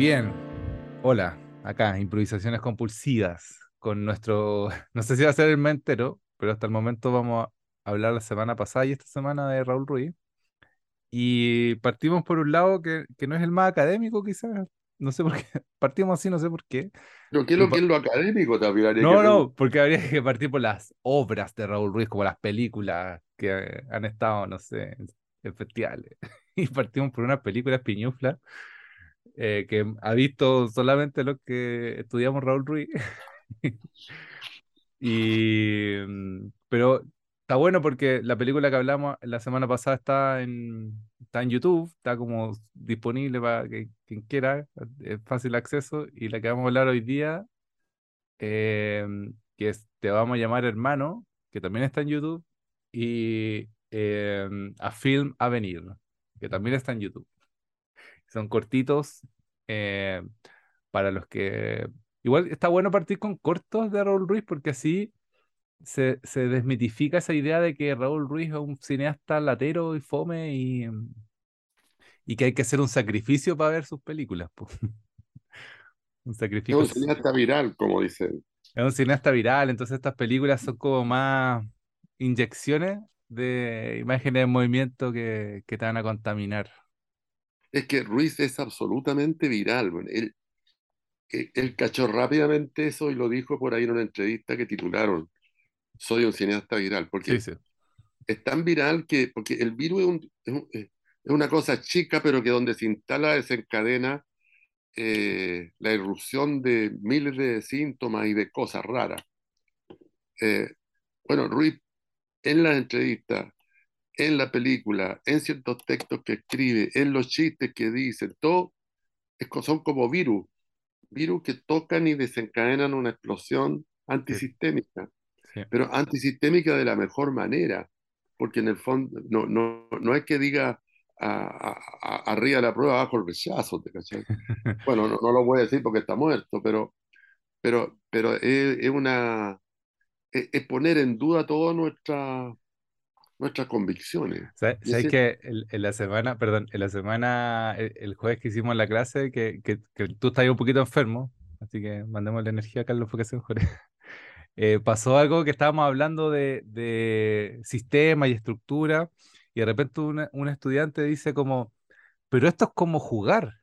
Bien, hola, acá, improvisaciones compulsivas con nuestro, no sé si va a ser el mes entero, pero hasta el momento vamos a hablar la semana pasada y esta semana de Raúl Ruiz. Y partimos por un lado que no es el más académico quizás, no sé por qué, partimos así, no sé por qué. Pero ¿qué es Pero lo que es lo académico? También habría que no, preguntar. no, porque habría que partir por las obras de Raúl Ruiz, como las películas que han estado, no sé, en festivales. Y partimos por una película Piñufla que ha visto solamente los que estudiamos Raúl Ruiz. Pero está bueno porque la película que hablamos la semana pasada está en YouTube, está como disponible para que quien quiera, es fácil acceso. Y la que vamos a hablar hoy día, eh, que es Te vamos a llamar hermano, que también está en YouTube, y A Film a Venir, que también está en YouTube. Son cortitos. eh, para los que... Igual está bueno partir con cortos de Raúl Ruiz porque así se desmitifica esa idea de que Raúl Ruiz es un cineasta latero y fome y que hay que hacer un sacrificio para ver sus películas, po. Un Es sacrificio. un cineasta viral, como dicen. Es un cineasta viral, entonces estas películas son como más inyecciones de imágenes en movimiento que te van a contaminar. Es que Ruiz es absolutamente viral. Bueno, él cachó rápidamente eso y lo dijo por ahí en una entrevista que titularon Soy un cineasta viral, Sí, porque sí. es tan viral porque el virus es una cosa chica, pero que donde se instala desencadena la irrupción de miles de síntomas y de cosas raras. Eh, bueno, Ruiz en las entrevistas, en la película, en ciertos textos que escribe, en los chistes que dice, todo son como virus, virus que tocan y desencadenan una explosión Sí, antisistémica, sí. pero antisistémica de la mejor manera, porque en el fondo no es que diga arriba la prueba, abajo el rechazo, ¿te cachai? Bueno, no lo voy a decir porque está muerto, pero es poner en duda todas nuestras convicciones. Y ¿Sabes así, que en la semana, perdón, en la semana, el jueves que hicimos la clase, que tú estás ahí un poquito enfermo, así que mandemos la energía a Carlos porque se mejore. Pasó algo que estábamos hablando de sistema y estructura, y de repente un estudiante dice como, pero esto es como jugar.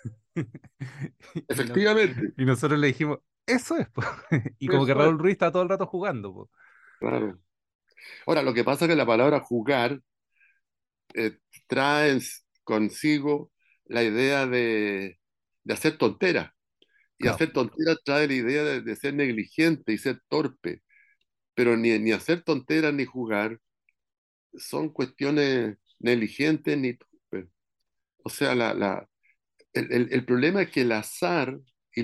Y, no- efectivamente, y nosotros le dijimos, eso es, po". Y como que eso es, Raúl Ruiz está todo el rato jugando, po. claro. Ahora, lo que pasa es que la palabra jugar eh, trae consigo la idea de hacer tonteras. Y Claro. hacer tonteras trae la idea de ser negligente y ser torpe. Pero ni hacer tonteras ni jugar son cuestiones negligentes ni torpes. O sea, el problema es que el azar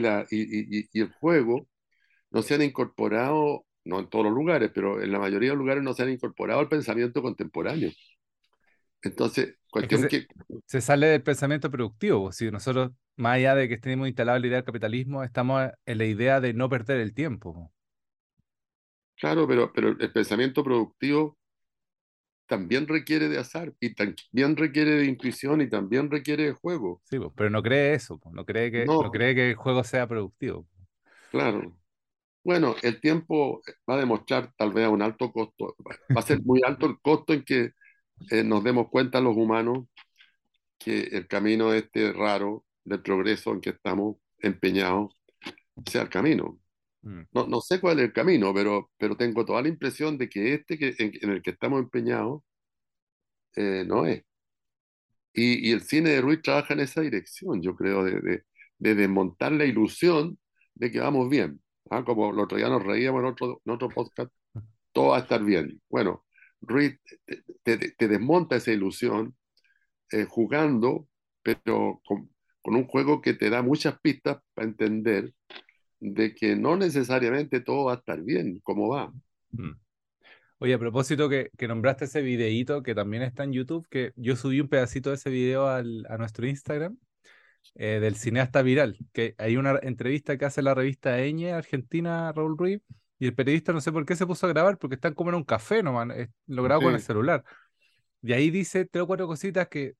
y el juego no se han incorporado, no en todos los lugares, pero en la mayoría de los lugares no se han incorporado al pensamiento contemporáneo. Entonces, Es que cuestión que, se sale del pensamiento productivo, po. Si nosotros, más allá de que estemos instalados en la idea del capitalismo, estamos en la idea de no perder el tiempo, po. claro, pero el pensamiento productivo también requiere de azar y también requiere de intuición y también requiere de juego. Sí, po, pero no cree eso, po. No No, cree que el juego sea productivo. claro. Bueno, el tiempo va a demostrar tal vez a un alto costo, va a ser muy alto el costo en que nos demos cuenta los humanos que el camino este raro del progreso en que estamos empeñados sea el camino. Mm. No sé cuál es el camino, pero tengo toda la impresión de que en el que estamos empeñados no es. Y el cine de Ruiz trabaja en esa dirección, yo creo, de desmontar la ilusión de que vamos bien. ¿Ah? Como el otro día nos reíamos en otro podcast, todo va a estar bien. Bueno, Ruiz te desmonta esa ilusión jugando, pero con un juego que te da muchas pistas para entender de que no necesariamente todo va a estar bien, como va. Mm. Oye, a propósito que nombraste ese videíto que también está en YouTube, que yo subí un pedacito de ese video a nuestro Instagram, del cineasta viral, que hay una entrevista que hace la revista Eñe Argentina, Raúl Ruiz, y el periodista no sé por qué se puso a grabar, porque están como en un café nomás, lo grabó con el Sí, celular. Y ahí dice tres o cuatro cositas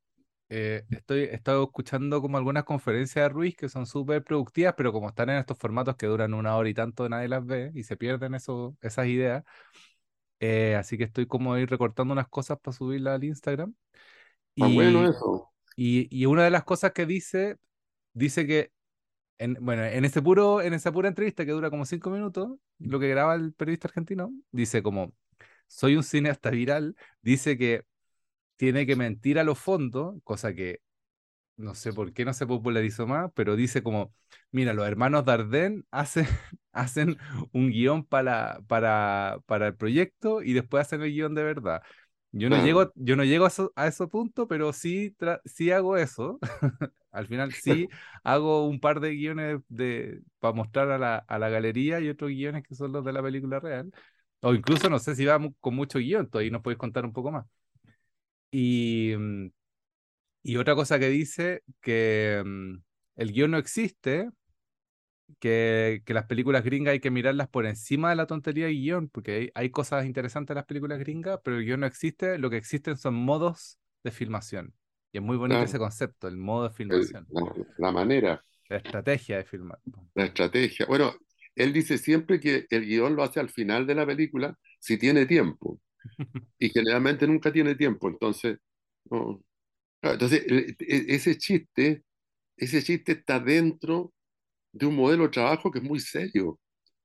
He estado escuchando como algunas conferencias de Ruiz que son súper productivas, pero como están en estos formatos que duran una hora y tanto, nadie las ve y se pierden esas ideas. Así que estoy como ahí recortando unas cosas para subirlas al Instagram. Ah, bueno, Y, eso. y una de las cosas que dice que bueno, en esa pura entrevista que dura como 5 minutos, lo que graba el periodista argentino, dice como, soy un cineasta viral, dice que tiene que mentir a los fondos, cosa que no sé por qué no se popularizó más, pero dice como, mira, los hermanos Dardenne hacen, hacen un guión para el proyecto y después hacen el guión de verdad. Claro. Yo no llego a ese punto, pero sí hago eso. Al final sí hago un par de guiones para mostrar a la galería y otros guiones que son los de la película real. O incluso no sé si va con mucho guión, ahí nos podéis contar un poco más. Y, y otra cosa que dice que el guión no existe, que las películas gringas hay que mirarlas por encima de la tontería y guión, porque hay cosas interesantes en las películas gringas, pero el guión no existe, lo que existen son modos de filmación. Y es muy bonito ese Claro. concepto, el modo de filmación, La manera, la estrategia de filmar. la estrategia. Bueno, él dice siempre que el guión lo hace al final de la película si tiene tiempo. Y generalmente nunca tiene tiempo. Entonces, no. Claro, entonces ese chiste está dentro de un modelo de trabajo que es muy serio.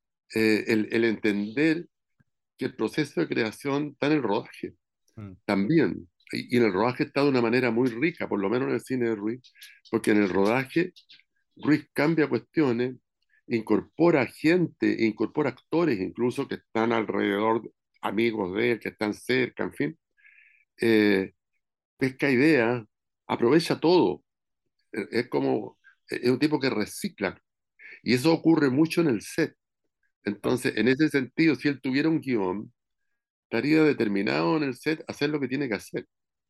El entender que el proceso de creación está en el rodaje Mm, también. Y en el rodaje está de una manera muy rica, por lo menos en el cine de Ruiz, porque en el rodaje Ruiz cambia cuestiones, incorpora gente, incorpora actores incluso que están alrededor, amigos de él, que están cerca, en fin. Eh, Pesca ideas, aprovecha todo. Es como, es un tipo que recicla. Y eso ocurre mucho en el set. ah, Entonces, en ese sentido, si él tuviera un guión, estaría determinado en el set a hacer lo que tiene que hacer.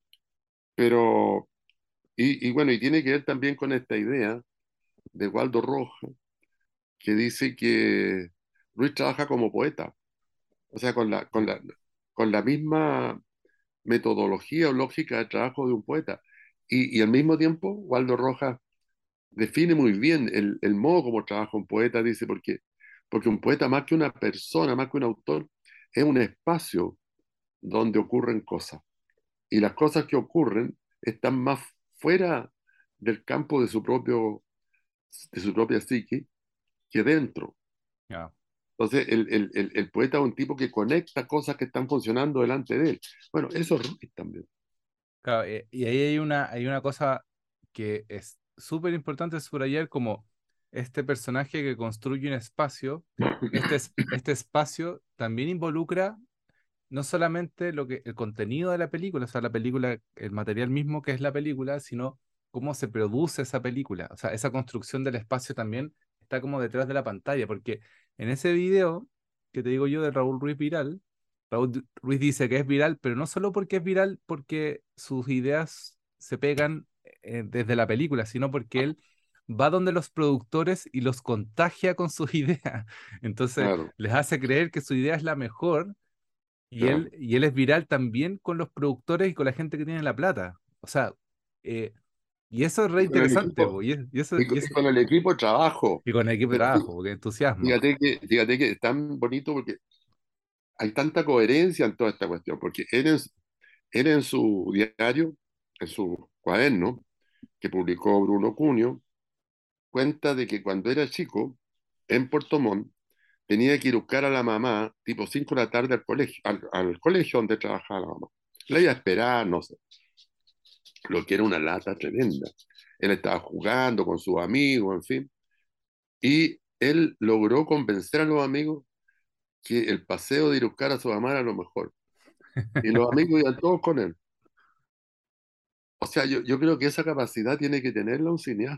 Pero, y bueno, y tiene que ver también con esta idea de Waldo Roja, que dice que Ruiz trabaja como poeta, o sea, mm, con la misma metodología o lógica de trabajo de un poeta. Y al mismo tiempo, Waldo Rojas define muy bien el modo como trabaja un poeta, dice, porque un poeta más que una persona, más que un autor, es un espacio donde ocurren cosas. Y las cosas que ocurren están más fuera del campo de su propia psique que dentro. ya. Entonces, el poeta es un tipo que conecta cosas que están funcionando delante de él. Bueno, eso es Ruiz también. Claro, y ahí hay una cosa que es súper importante subrayar como este personaje que construye un espacio, este espacio también involucra no solamente el contenido de la película, o sea, la película, el material mismo que es la película, sino cómo se produce esa película. O sea, esa construcción del espacio también está como detrás de la pantalla, porque en ese video que te digo yo de Raúl Ruiz Viral, Ruiz dice que es viral, pero no solo porque es viral, porque sus ideas se pegan desde la película, sino porque él va donde los productores y los contagia con sus ideas. Entonces, Claro, les hace creer que su idea es la mejor claro. y él es viral también con los productores y con la gente que tiene la plata. O sea, eh, y eso es re Y con el interesante, po, equipo, y y con el equipo de trabajo. con el equipo de Pero trabajo, porque entusiasma. fíjate que es tan bonito porque hay tanta coherencia en toda esta cuestión, porque él en su diario, en su cuaderno, que publicó Bruno Cunio, cuenta de que cuando era chico, en Puerto Montt, tenía que ir a buscar a la mamá tipo 5 de la tarde al colegio, al colegio donde trabajaba la mamá. La iba a esperar, no sé, lo que era una lata tremenda. Él estaba jugando con sus amigos, en fin, y él logró convencer a los amigos que el paseo de ir a buscar a su mamá era lo mejor. Y los amigos iban todos con él. O sea, yo creo que esa capacidad tiene que tenerla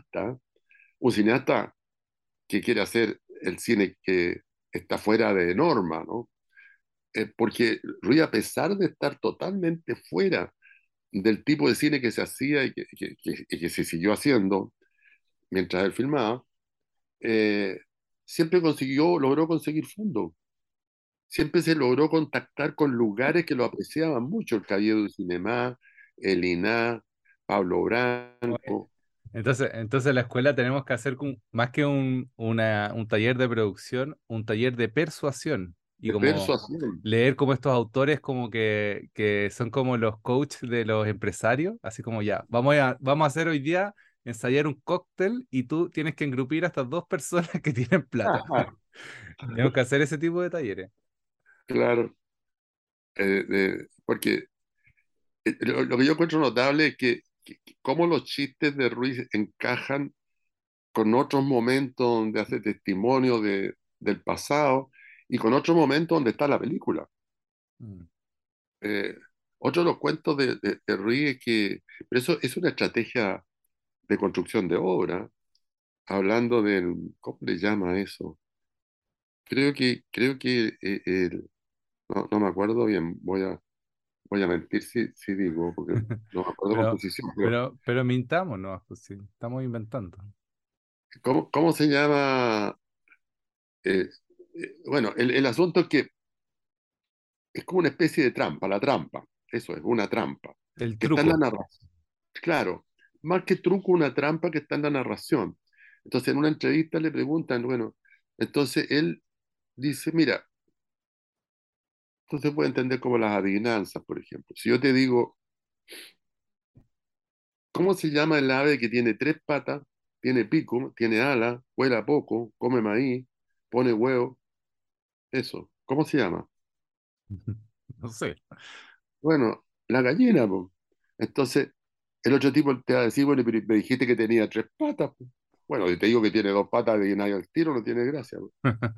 un cineasta que quiere hacer el cine que está fuera de norma, ¿no? Porque Ruiz, a pesar de estar totalmente fuera del tipo de cine que se hacía y que se siguió haciendo mientras él filmaba, eh, siempre logró conseguir fondos. Siempre se logró contactar con lugares que lo apreciaban mucho, el Cahiers du Cinéma, el INA, Pablo Oye, Branco, entonces la escuela tenemos que hacer más que un taller de producción, un taller de persuasión y de como persuasión. leer como estos autores como que son como los coaches de los empresarios, así como ya, vamos a hacer hoy día ensayar un cóctel y tú tienes que engrupir a estas dos personas que tienen plata. Tenemos que hacer ese tipo de talleres. Claro, porque lo que yo encuentro notable es que cómo los chistes de Ruiz encajan con otros momentos donde hace testimonio del pasado y con otros momentos donde está la película. Mm. Eh, Otro de los cuentos de Ruiz es que, pero eso es una estrategia de construcción de obra, hablando del, ¿cómo le llama eso? Creo que no me acuerdo bien, voy a mentir si digo, porque no me acuerdo con Pero, precisión, pero pero mintamos, ¿no? Pues sí, estamos inventando. ¿cómo se llama? Eh, bueno, el asunto es que es como una especie de trampa, la trampa, eso es, una trampa, El que está en la truco. narración. Claro, más que truco, una trampa que está en la narración. Entonces, en una entrevista le preguntan, bueno, entonces él dice, mira, entonces puede entender como las adivinanzas, por ejemplo. Si yo te digo, ¿cómo se llama el ave que tiene tres patas, tiene pico, tiene ala, vuela poco, come maíz, pone huevo? Eso, ¿cómo se llama? No sé. Bueno, la gallina, po. Entonces, el otro tipo te va a decir, bueno, pero me dijiste que tenía tres patas, po. Bueno, si te digo que tiene dos patas de nadie al tiro, no tiene gracia, po.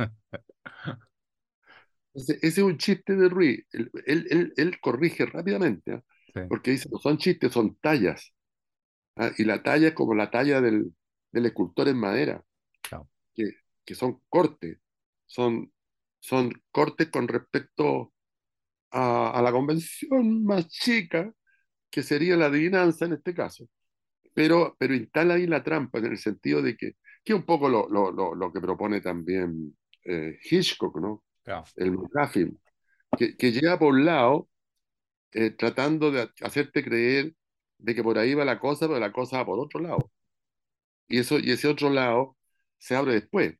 Entonces, ese es un chiste de Ruiz. Él corrige rápidamente, ¿ah? Sí, Porque dice, no son chistes, son tallas. ¿Ah? Y la talla es como la talla del escultor en madera, chao. que, que son cortes. Son, son cortes con respecto a la convención más chica, que sería la adivinanza en este caso. Pero instala ahí la trampa en el sentido de que es un poco lo que propone también Hitchcock, ¿no? Chao. El McGuffin, que llega por un lado tratando de hacerte creer de que por ahí va la cosa, pero la cosa va por otro lado. Y ese otro lado se abre después.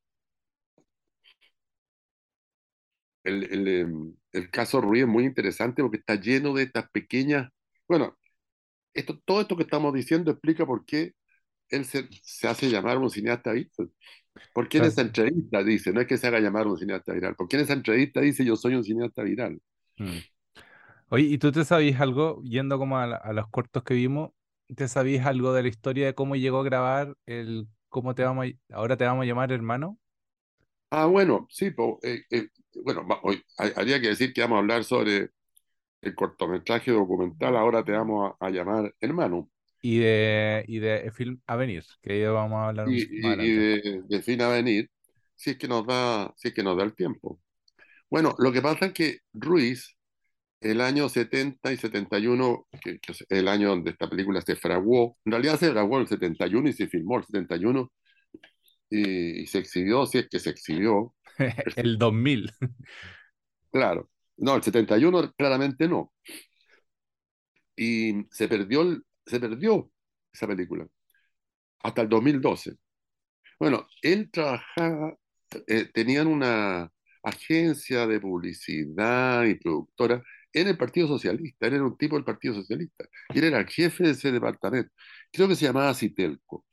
El caso Ruiz es muy interesante porque está lleno de estas pequeñas. Bueno, todo esto que estamos diciendo explica por qué él se hace llamar un cineasta viral. ¿Por qué en Claro. esa entrevista dice, no es que se haga llamar un cineasta viral, por qué en esa entrevista dice yo soy un cineasta viral? Mm. Oye, ¿y tú te sabías algo, yendo como a los cortos que vimos, te sabías algo de la historia de cómo llegó a grabar cómo ahora te vamos a llamar hermano? Ah, bueno, sí, bueno, hoy habría que decir que vamos a hablar sobre el cortometraje documental, ahora te vamos a llamar hermano, Y de Film Avenir, que ya vamos a hablar más y adelante. de fin a venir, si es que nos da el tiempo. Bueno, lo que pasa es que Ruiz, el año 70 y 71, que es el año donde esta película se fraguó, en realidad se fraguó el 71 y se filmó el 71 y se exhibió, si es que se exhibió. el- El 2000. claro, no, el 71 claramente no. Y se perdió esa película hasta el 2012. Bueno, él trabajaba, tenían una agencia de publicidad y productora en el Partido Socialista. Él era un tipo del Partido Socialista. Y él era el jefe de ese departamento. Creo que se llamaba Citelco.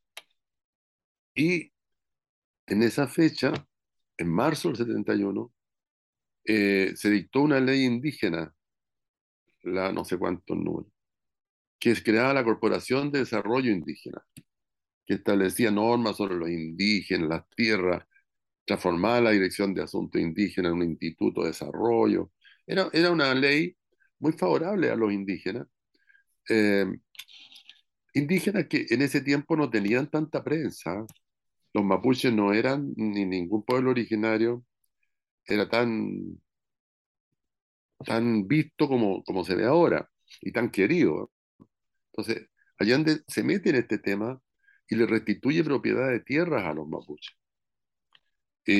Y en esa fecha, en marzo del 71, se dictó una ley indígena, la no sé cuántos números, que creaba la Corporación de Desarrollo Indígena, que establecía normas sobre los indígenas, las tierras, transformaba la Dirección de Asuntos Indígenas en un instituto de desarrollo. Era una ley muy favorable a los indígenas, eh, indígenas que en ese tiempo no tenían tanta prensa. Los mapuches no eran, ni ningún pueblo originario, era tan visto como se ve ahora y tan querido. Entonces, Allende se mete en este tema y le restituye propiedad de tierras a los mapuches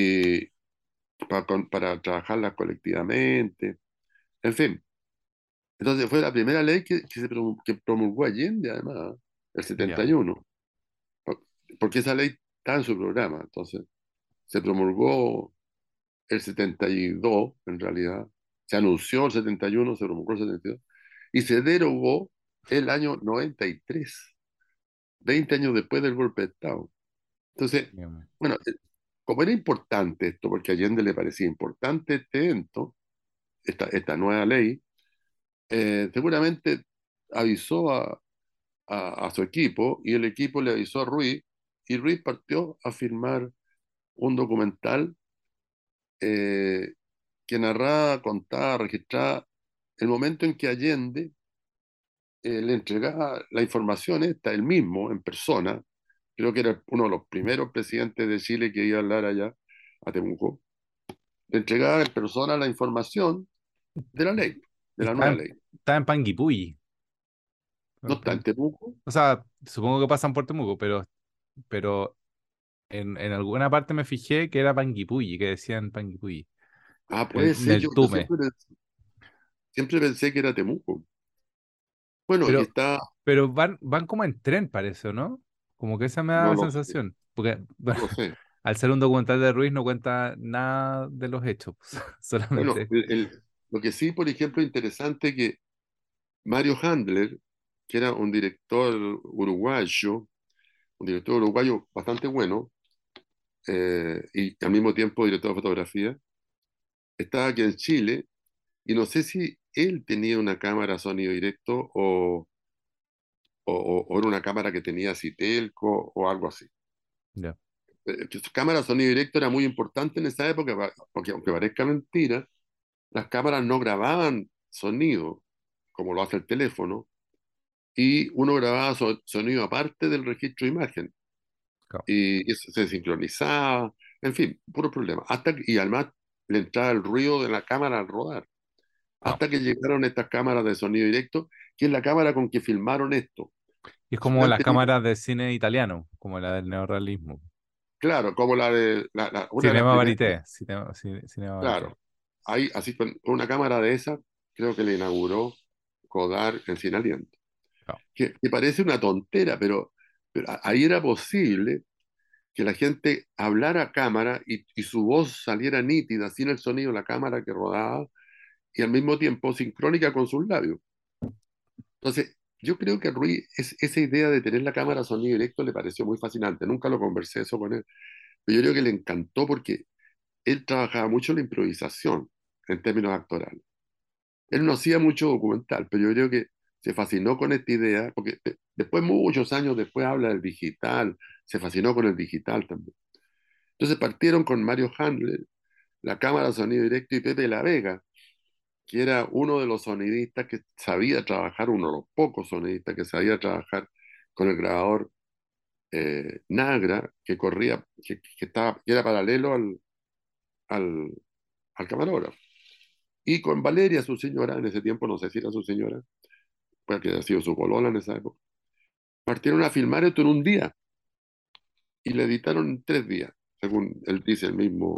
para trabajarlas colectivamente, en fin. Entonces fue la primera ley que promulgó Allende, además, el Ya, 71, por- porque esa ley está en su programa. Entonces se promulgó el 72, en realidad. Se anunció el 71, se promulgó el 72, y se derogó el año 93, 20 años después del golpe de Estado. Entonces, bien. bueno, como era importante esto, porque a Allende le parecía importante este evento, esta nueva ley, seguramente avisó a su equipo y el equipo le avisó a Ruiz y Ruiz partió a firmar un documental eh, que narraba, contaba, registraba el momento en que Allende le entregaba la información esta, él mismo, en persona. Creo que era uno de los primeros presidentes de Chile que iba a hablar allá, a Temuco. Le entregaba en persona la información de la ley, de Y la nueva ley. está en Panguipulli. No está en Temuco. O sea, supongo que pasa en Puerto Muco, pero en alguna parte me fijé que era Panguipulli, que decían Panguipulli, Ah, puede en ser, el yo Tume. siempre pensé que era Temuco. Bueno, y Pero, está, pero van como en tren, parece, ¿o no? Como que esa me da no la lo sé, sensación. Porque no lo sé. al ser un documental de Ruiz no cuenta nada de los hechos, Bueno, solamente. lo que sí, por ejemplo, interesante que Mario Handler, que era un director uruguayo bastante bueno, y al mismo tiempo director de fotografía, estaba aquí en Chile, y no sé si él tenía una cámara sonido directo o era una cámara que tenía Citelco o algo así. Ya, Que su cámara sonido directo era muy importante en esa época, porque aunque parezca mentira, las cámaras no grababan sonido como lo hace el teléfono, y uno grababa sonido aparte del registro de imagen, claro. y eso se sincronizaba, en fin, puro problema. Y además le entraba el ruido de la cámara al rodar, Claro. hasta que llegaron estas cámaras de sonido directo, que es la cámara con que filmaron esto. Y es Si como hubieran las tenido, cámaras de cine italiano, como la del neorrealismo. claro, como una de las Cinema primeras, Varité, Cinema Varité. claro, ahí, así con una cámara de esa, creo que le inauguró Godard en Sin Aliento. Claro. Que parece una tontera, pero ahí era posible que la gente hablara a cámara y su voz saliera nítida, sin el sonido de la cámara que rodaba, y al mismo tiempo sincrónica con sus labios. Entonces, yo creo que a Rui esa idea de tener la cámara sonido directo le pareció muy fascinante. Nunca lo conversé eso con él, pero yo creo que le encantó porque él trabajaba mucho la improvisación en términos actorales. Él no hacía mucho documental, pero yo creo que se fascinó con esta idea, porque después, muchos años después, habla del digital, se fascinó con el digital también. Entonces partieron con Mario Handler, la cámara de sonido directo, y Pepe La Vega, que era uno de los sonidistas que sabía trabajar, uno de los pocos sonidistas que sabía trabajar con el grabador Nagra, que corría, que era paralelo al, al camarógrafo. Y con Valeria, su señora, en ese tiempo, no sé si era su señora, puede que haya sido su polola en esa época, partieron a filmar esto en un día y le editaron en 3 días, según él dice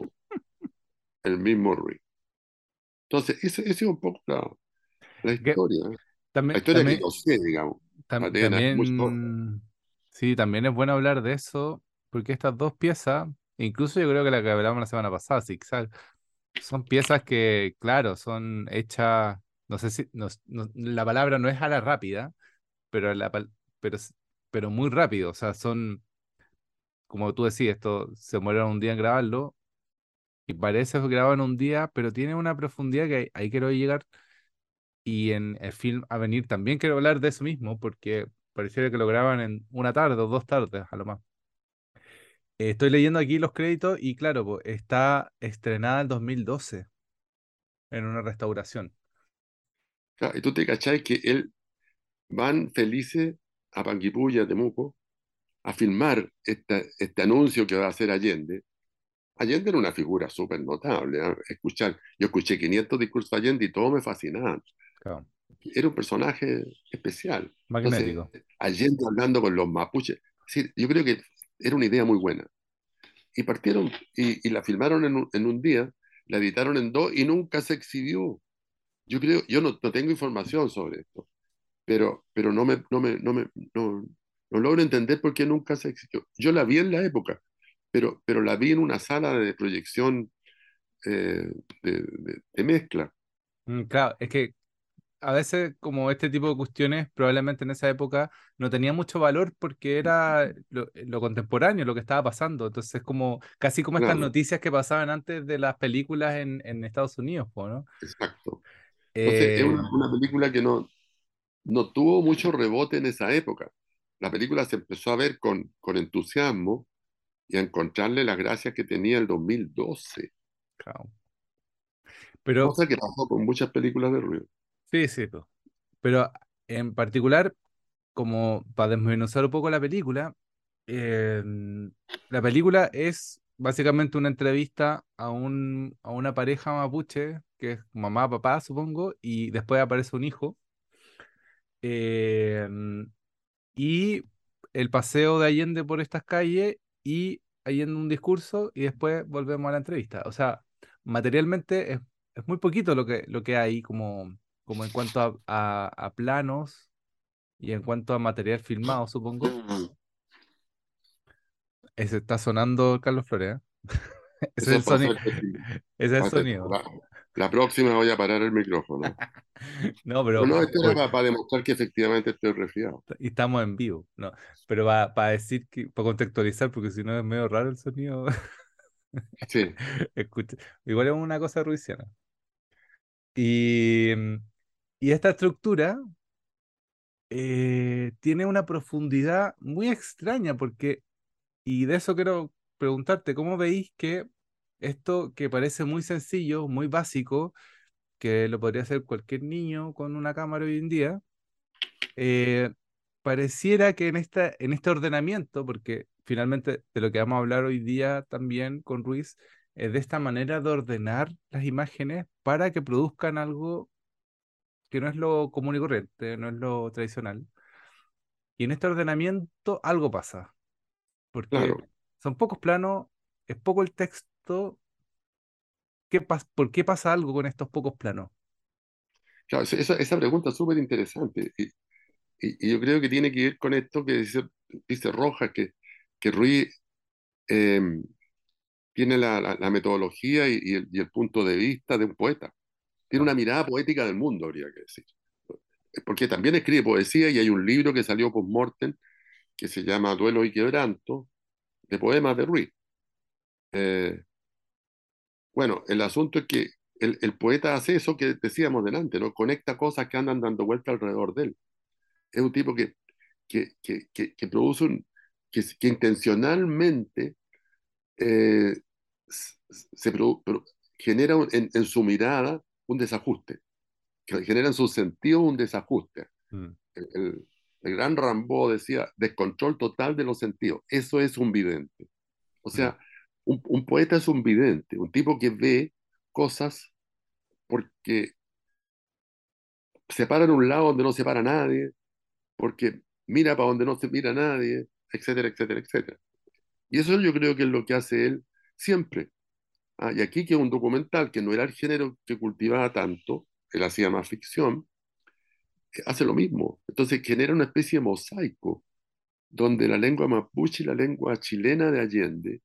el mismo Rui. Entonces, esa es un poco la Que historia, ¿eh? La también, historia que yo sé, digamos. Deben haber muchas otras. también, sí, también es bueno hablar de eso, porque estas dos piezas, incluso yo creo que la que hablamos la semana pasada, Zigzag, son piezas que, claro, son hechas, no sé si, la palabra no es a la rápida, pero, pero, pero muy rápido, o sea, son, como tú decías, esto se mueren un día en grabarlo, y parece que graban un día, pero tiene una profundidad que ahí quiero llegar. Y en el film a venir también quiero hablar de eso mismo, porque pareciera que lo graban en una tarde o 2 tardes, a lo más. Estoy leyendo aquí los créditos y claro, po, está estrenada en 2012 en una restauración. Claro, y tú te cachai que él van felices a Panguipulli, a Temuco, a filmar este anuncio que va a hacer Allende. Allende era una figura súper notable, ¿eh? Yo escuché 500 discursos de Allende y todos me fascinaban. Claro, Era un personaje especial. Entonces, magnético. Allende hablando con los mapuches. Sí, yo creo que era una idea muy buena. Y partieron y la filmaron en un día, la editaron en dos y nunca se exhibió. yo creo, yo no tengo información sobre esto, pero no logro entender por qué nunca se exigió. Yo la vi en la época, pero la vi en una sala de proyección de mezcla. Claro, es que a veces como este tipo de cuestiones probablemente en esa época no tenía mucho valor porque era lo contemporáneo, lo que estaba pasando. Entonces como casi como estas Claro, noticias que pasaban antes de las películas en Estados Unidos, po, ¿no? exacto. Entonces, es Eh, una película que no tuvo mucho rebote en esa época. La película se empezó a ver con entusiasmo y a encontrarle las gracias que tenía el 2012, claro. Pero cosa que pasó con muchas películas de ruido. sí, sí, po. Pero en particular, como para desmenuzar un poco eh, la película es básicamente una entrevista a una pareja mapuche, que es mamá, papá, supongo, y después aparece un hijo, eh, y el paseo de Allende por estas calles y Allende un discurso y después volvemos a la entrevista. O sea, materialmente es muy poquito lo que hay como, como en cuanto a planos y en cuanto a material filmado, supongo. Ese está sonando Carlos Flores, ¿eh? Ese es Eso el es para sonido. hacer testing. Ese es el Para hacer- sonido. la próxima voy a parar el micrófono. No, Pero pero no, esto era para demostrar que efectivamente estoy resfriado. y estamos en vivo, ¿no? Pero para decir que, para contextualizar, porque si no es medio raro el sonido. Sí, Escucha, igual es una cosa ruisiana. Y, y esta estructura tiene una profundidad muy extraña, porque, y de eso quiero preguntarte, ¿cómo veis que esto que parece muy sencillo, muy básico, que lo podría hacer cualquier niño con una cámara hoy en día, eh, pareciera que en este ordenamiento, porque finalmente de lo que vamos a hablar hoy día también con Ruiz, es de esta manera de ordenar las imágenes para que produzcan algo que no es lo común y corriente, no es lo tradicional. Y en este ordenamiento algo pasa, porque claro. son pocos planos, es poco el texto. ¿Por qué pasa algo con estos pocos planos? Claro, esa pregunta es súper interesante y yo creo que tiene que ver con esto que dice Rojas, que Ruiz eh, tiene la metodología y el punto de vista de un poeta. Tiene No. una mirada poética del mundo, habría que decir. Porque también escribe poesía y hay un libro que salió post-mortem que se llama Duelo y Quebranto, de poemas de Ruiz. Eh, bueno, el asunto es que el poeta hace eso que decíamos delante, ¿no? Conecta cosas que andan dando vuelta alrededor de él. Es un tipo que produce que intencionalmente eh, genera en su mirada un desajuste, que genera en sus sentidos un desajuste. Mm, El, el- el gran Rambo decía, descontrol total de los sentidos. Eso es un vidente. O mm, sea, un poeta es un vidente, un tipo que ve cosas porque se para en un lado donde no se para nadie, porque mira para donde no se mira nadie, etcétera, etcétera, etcétera. Y eso yo creo que es lo que hace él siempre. Ah, y aquí que es un documental que no era el género que cultivaba tanto, él hacía más ficción, hace lo mismo. Entonces genera una especie de mosaico donde la lengua mapuche y la lengua chilena de Allende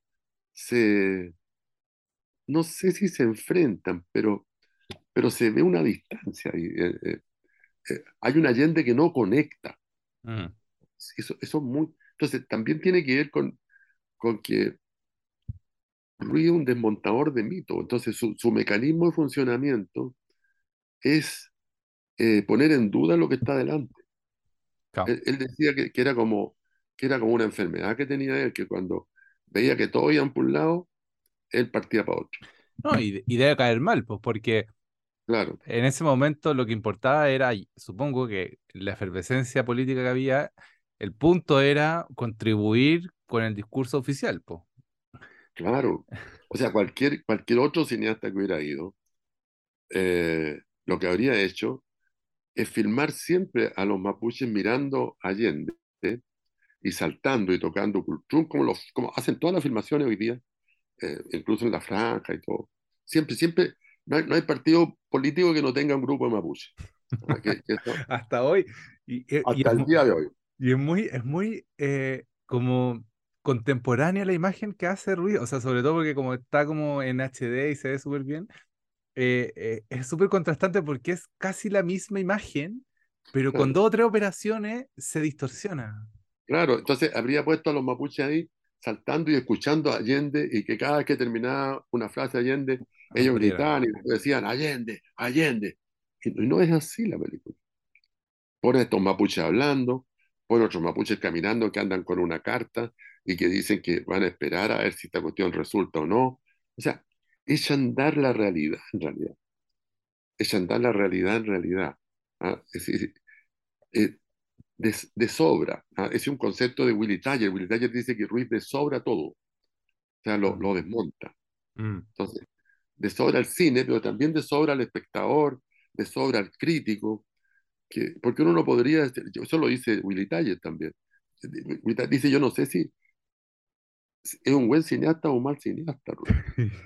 no sé si se enfrentan, pero se ve una distancia ahí. Hay un Allende que no conecta. mm, Eso es muy... Entonces también tiene que ver con que Ruiz es un desmontador de mitos. Entonces su mecanismo de funcionamiento es poner en duda lo que está delante. claro. Él decía que era como una enfermedad que tenía él, que cuando veía que todos iban por un lado, él partía para otro. No, y debe caer mal, pues, porque Claro, en ese momento lo que importaba era, y supongo que la efervescencia política que había, el punto era contribuir con el discurso oficial, pues. claro. O sea, cualquier otro cineasta que hubiera ido, lo que habría hecho es filmar siempre a los mapuches mirando a Allende, ¿eh? Y saltando y tocando cultrún, como hacen todas las filmaciones hoy día, incluso en la franja y todo. Siempre, siempre. no hay partido político que no tenga un grupo de mapuche. Que eso, Hasta hoy. Y hasta el día de hoy. y es muy como contemporánea la imagen que hace Ruiz, o sea, sobre todo porque como está como en HD y se ve súper bien, es súper contrastante porque es casi la misma imagen, pero con Claro, dos o tres operaciones se distorsiona. claro. Entonces habría puesto a los mapuches ahí saltando y escuchando a Allende y que cada vez que terminaba una frase de Allende, ellos Aplaudieran. gritaban y decían Allende, Allende. Y no es así la película. Pone a estos mapuches hablando, pone a otros mapuches caminando que andan con una carta y que dicen que van a esperar a ver si esta cuestión resulta o no. O sea, es andar la realidad en realidad. Es andar la realidad en realidad. ¿Ah? Es decir, eh, de sobra. ¿Ah? Es un concepto de Willy Taller. Willy Taller dice que Ruiz desobra todo, o sea, Mm, lo desmonta. mm. Entonces, desobra el cine, pero también desobra al espectador, desobra al crítico, porque uno no podría, eso lo dice Willy Taller también. Willy Taller dice, yo no sé si es un buen cineasta o un mal cineasta, Ruiz.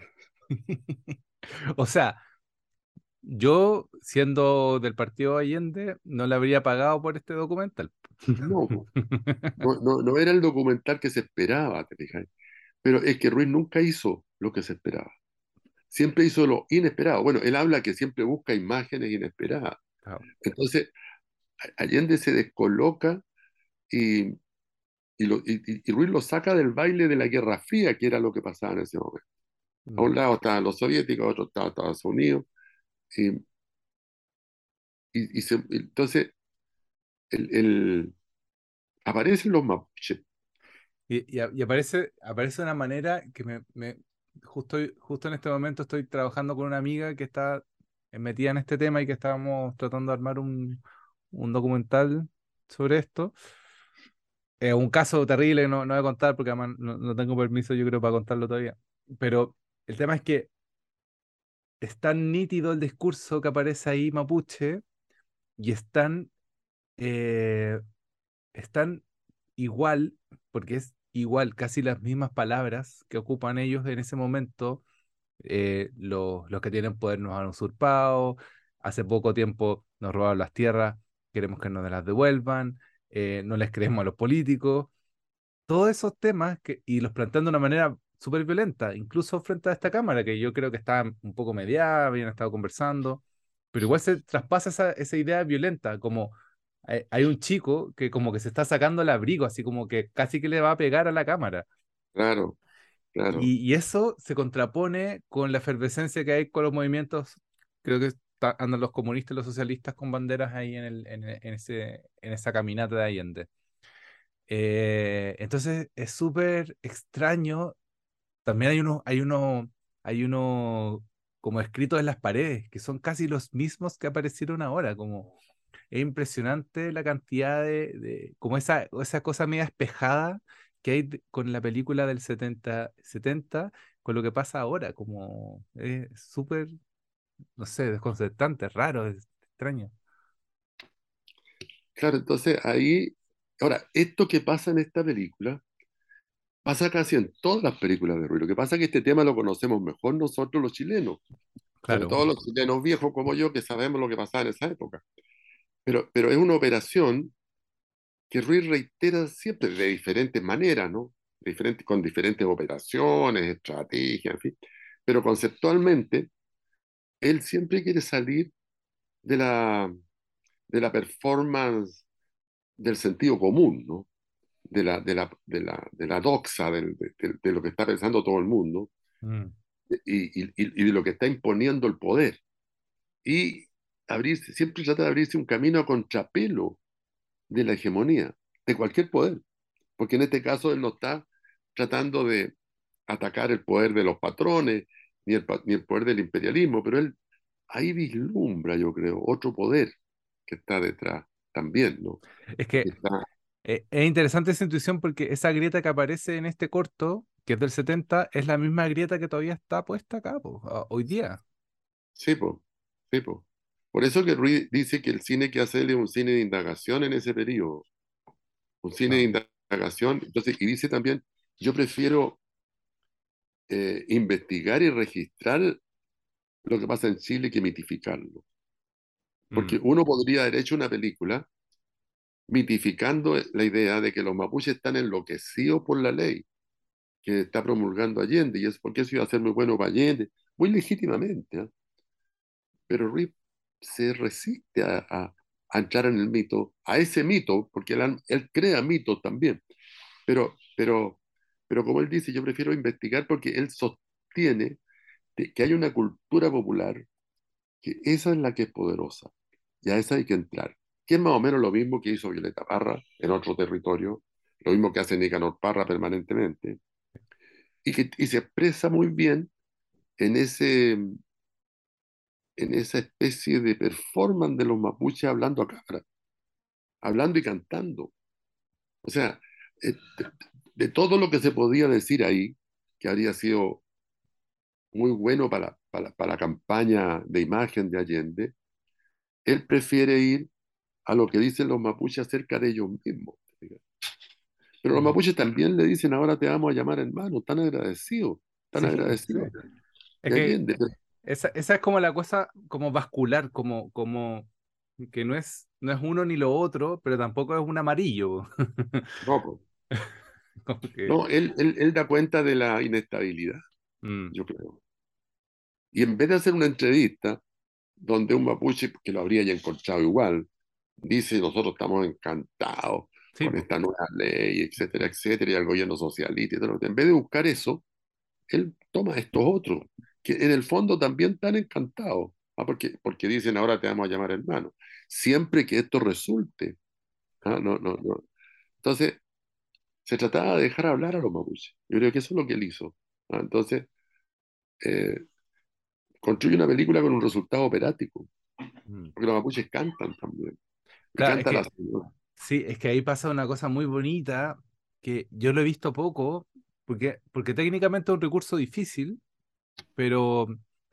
O sea, yo, siendo del partido Allende, no le habría pagado por este documental. No, po. No era el documental que se esperaba, te fijas. Pero es que Ruiz nunca hizo lo que se esperaba. Siempre hizo lo inesperado. Bueno, él habla que siempre busca imágenes inesperadas. Claro. Entonces, Allende se descoloca y, y Ruiz lo saca del baile de la Guerra Fría, que era lo que pasaba en ese momento. A Mm. un lado estaban los soviéticos, a otro estaba Estados Unidos. Y, entonces, aparecen los mapuches. Y aparece de una manera que justo en este momento estoy trabajando con una amiga que está metida en este tema y que estábamos tratando de armar un documental sobre esto. Un caso terrible que no voy a contar porque además no tengo permiso, yo creo, para contarlo todavía. Pero el tema es que es tan nítido el discurso que aparece ahí mapuche y eh, es tan igual, porque es igual, casi las mismas palabras que ocupan ellos en ese momento. Los que tienen poder nos han usurpado, hace poco tiempo nos robaron las tierras, queremos que nos las devuelvan, no les creemos a los políticos, todos esos temas y los plantean de una manera súper violenta, incluso frente a esta cámara, que yo creo que está un poco mediada, habían estado conversando, pero igual se traspasa esa idea violenta, como hay un chico que como que se está sacando el abrigo, así como que casi que le va a pegar a la cámara. Claro, claro. Y eso se contrapone con la efervescencia que hay con los movimientos, creo que andan los comunistas y los socialistas con banderas ahí en esa caminata de Allende. Entonces es súper extraño. También hay uno como escritos en las paredes, que son casi los mismos que aparecieron ahora. Como es impresionante la cantidad como esa cosa media espejada que hay con la película del setenta con lo que pasa ahora. Como es súper, no sé, desconcertante, raro, es extraño. Claro, entonces ahí, ahora, esto que pasa en esta película, pasa casi en todas las películas de Ruiz. Lo que pasa es que este tema lo conocemos mejor nosotros los chilenos, sobre Claro. todo los chilenos viejos como yo, que sabemos lo que pasaba en esa época. Pero es una operación que Ruiz reitera siempre de diferentes maneras, ¿no? Con diferentes operaciones, estrategias, en fin. Pero conceptualmente, él siempre quiere salir de la performance del sentido común, ¿no? De la doxa, de lo que está pensando todo el mundo Mm, y de lo que está imponiendo el poder. Y siempre trata de abrirse un camino a contrapelo de la hegemonía, de cualquier poder. Porque en este caso él no está tratando de atacar el poder de los patrones, ni el poder del imperialismo, pero él ahí vislumbra, yo creo, otro poder que está detrás también, ¿no? Es Y que que está, es interesante esa intuición porque esa grieta que aparece en este corto, que es del 70 es la misma grieta que todavía está puesta acá, po, hoy día. sí, po, sí, po. Por eso que Ruiz dice que el cine que hace él es un cine de indagación en ese periodo, un cine de Ah, indagación. Entonces, y dice también, yo prefiero investigar y registrar lo que pasa en Chile que mitificarlo. Porque Mm, uno podría haber hecho una película mitificando la idea de que los mapuches están enloquecidos por la ley que está promulgando Allende, y es porque eso iba a ser muy bueno para Allende, muy legítimamente, ¿eh? Pero Rip se resiste a entrar en el mito, a ese mito, porque él crea mitos también, pero, pero, pero como él dice, yo prefiero investigar porque él sostiene que hay una cultura popular, que esa es la que es poderosa, y a esa hay que entrar, que es más o menos lo mismo que hizo Violeta Parra en otro territorio, lo mismo que hace Nicanor Parra permanentemente, y se expresa muy bien en en esa especie de performance de los mapuches hablando a cámara, hablando y cantando. O sea, de todo lo que se podía decir ahí, que habría sido muy bueno para la campaña de imagen de Allende, él prefiere ir a lo que dicen los mapuches acerca de ellos mismos. Pero los mm. mapuches también le dicen, ahora te vamos a llamar hermano, tan Sí, sí. agradecidos Es de que Allende. Pero esa es como la cosa como vascular, como que no es uno ni lo otro, pero tampoco es un amarillo. no, po. Como que, No, él da cuenta de la inestabilidad, mm, yo creo. Y en vez de hacer una entrevista donde un mapuche, que lo habría ya encontrado igual, dice, nosotros estamos encantados sí, con po. esta nueva ley, etcétera, etcétera, y al gobierno socialista y todo. En vez de buscar eso, él toma estos otros, que en el fondo también están encantados, porque dicen, ahora te vamos a llamar hermano, siempre que esto resulte. Ah, Claro. no, no, no. Entonces, se trataba de dejar hablar a los mapuches. Yo creo que eso es lo que él hizo. Ah, entonces, eh, construye una película con un resultado operático, Mm. porque los mapuches cantan también, y Claro, es canta la que señora. sí, es que ahí pasa una cosa muy bonita que yo lo he visto poco, porque técnicamente es un recurso difícil, pero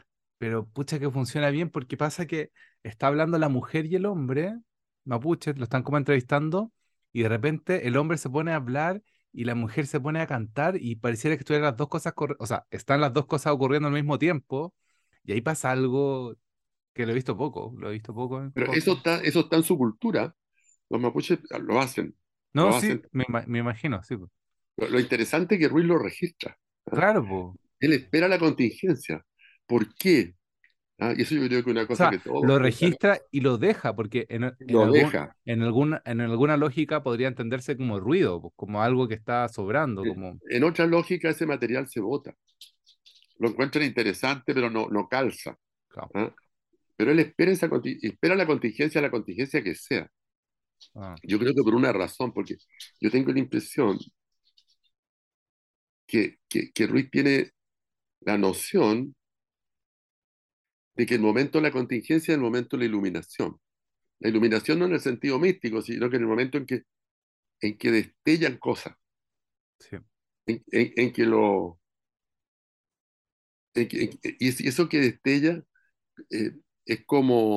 pucha que funciona bien porque pasa que está hablando la mujer y el hombre, mapuche, lo están como entrevistando, y de repente el hombre se pone a hablar y la mujer se pone a cantar y pareciera que estuvieran las dos cosas, o sea, están las dos cosas ocurriendo al mismo tiempo, y ahí pasa algo que lo he visto poco en Pero cosas. eso está en su cultura. Los mapuches No, lo sí, hacen. me imagino, sí, po. Lo interesante es que Ruiz lo registra. ¿Ah? Claro, po. Él espera la contingencia. ¿Por qué? ¿Ah? Y eso yo creo que es una O cosa sea, que todos lo pensamos. registra y lo deja, porque Lo deja. en alguna lógica podría entenderse como ruido, pues, como algo que está sobrando, como... En otra lógica, ese material se bota. Lo encuentran interesante, pero no calza. Claro. ¿Ah? Pero él espera, espera la contingencia que sea. Ah, Yo creo que por una razón, porque yo tengo la impresión que Ruiz tiene la noción de que el momento de la contingencia es el momento de la iluminación. La iluminación no en el sentido místico, sino que en el momento en que destellan cosas, sí. en que lo... y eso que destella eh, es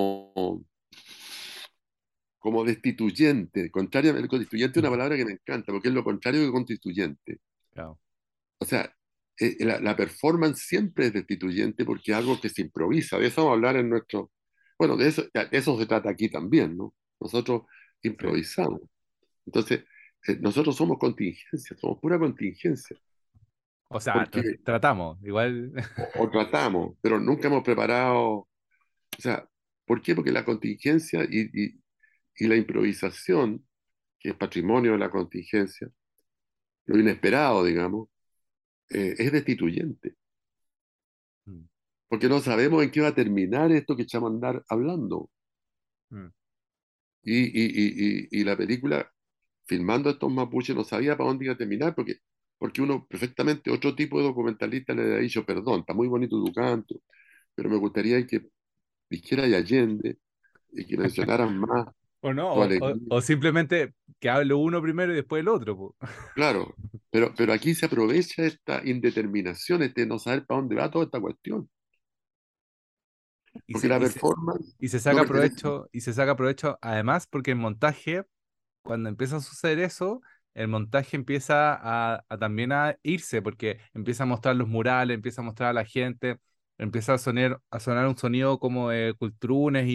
como destituyente. Contrariamente, constituyente es una palabra que me encanta, porque es lo contrario de constituyente. Claro. O sea, la performance siempre es destituyente porque es algo que se improvisa. De eso vamos a hablar en nuestro... Bueno, de eso se trata aquí también, ¿no? Nosotros Sí. improvisamos. Entonces, nosotros somos contingencia, somos pura contingencia, O sea, porque tratamos, igual. o tratamos, pero nunca hemos preparado, o sea, ¿por qué? Porque la contingencia y la improvisación, que es patrimonio de la contingencia, lo inesperado, digamos, es destituyente, Mm, porque no sabemos en qué va a terminar esto que echamos a andar hablando. mm. Y la película, filmando a estos mapuches, no sabía para dónde iba a terminar, porque uno perfectamente, otro tipo de documentalista le ha dicho, perdón, está muy bonito tu canto, pero me gustaría que dijera y Allende y que mencionaran más O no, tu alegría. o simplemente que hable uno primero y después el otro, po. Claro, pero aquí se aprovecha esta indeterminación, este no saber para dónde va toda esta cuestión, Y porque se, la y se, performance y se no saca pertenece. provecho, y se saca provecho además porque el montaje, cuando empieza a suceder eso, el montaje empieza a también a irse, porque empieza a mostrar los murales, empieza a mostrar a la gente. empieza a sonar un sonido como de cultrunes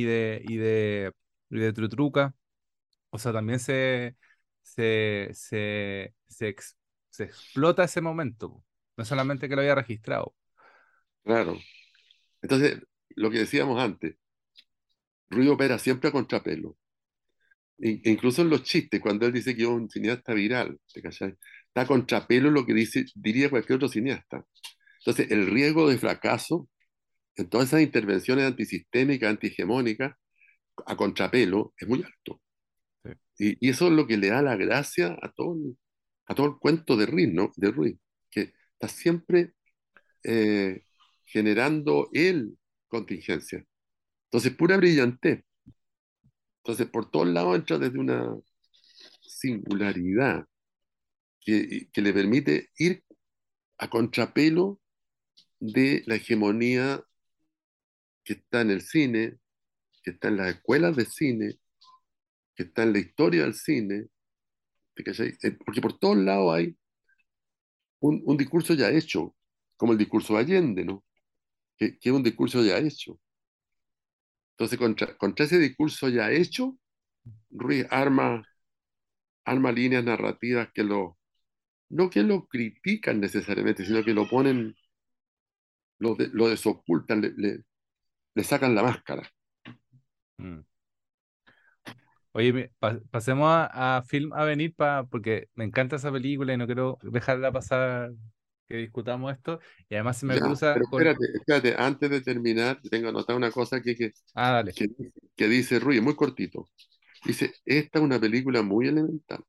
y de trutruca. O sea, también se, se, se, ex- se explota ese momento, po. No es solamente que lo haya registrado. claro. Entonces, lo que decíamos antes, Rui opera siempre a contrapelo. Incluso en los chistes, cuando él dice que es un cineasta viral, ¿te cachai? Está a contrapelo lo que dice, diría cualquier otro cineasta. Entonces, el riesgo de fracaso en todas esas intervenciones antisistémicas, antihegemónicas, a contrapelo, es muy alto. Sí. Y eso es lo que le da la gracia a todo el cuento de Ruiz, ¿no? De Ruiz, que está siempre eh, generando él contingencia. Entonces, pura brillantez. Entonces, por todos lados entra desde una singularidad que le permite ir a contrapelo de la hegemonía que está en el cine, que está en las escuelas de cine, que está en la historia del cine, ¿te cachai? Porque por todos lados hay un discurso ya hecho, como el discurso de Allende, ¿no? Que es un discurso ya hecho. Entonces, contra ese discurso ya hecho, Ruiz arma líneas narrativas que no que lo critican necesariamente, sino que lo ponen, lo desocultan, le sacan la máscara. Mm. Oye, pasemos a Film Avenir porque me encanta esa película y no quiero dejarla pasar que discutamos esto. Y además se me Ya, cruza pero con... espérate, antes de terminar, tengo anotada una cosa Ah, dale. que, que dice Ruiz, muy cortito. Dice, esta es una película muy elemental,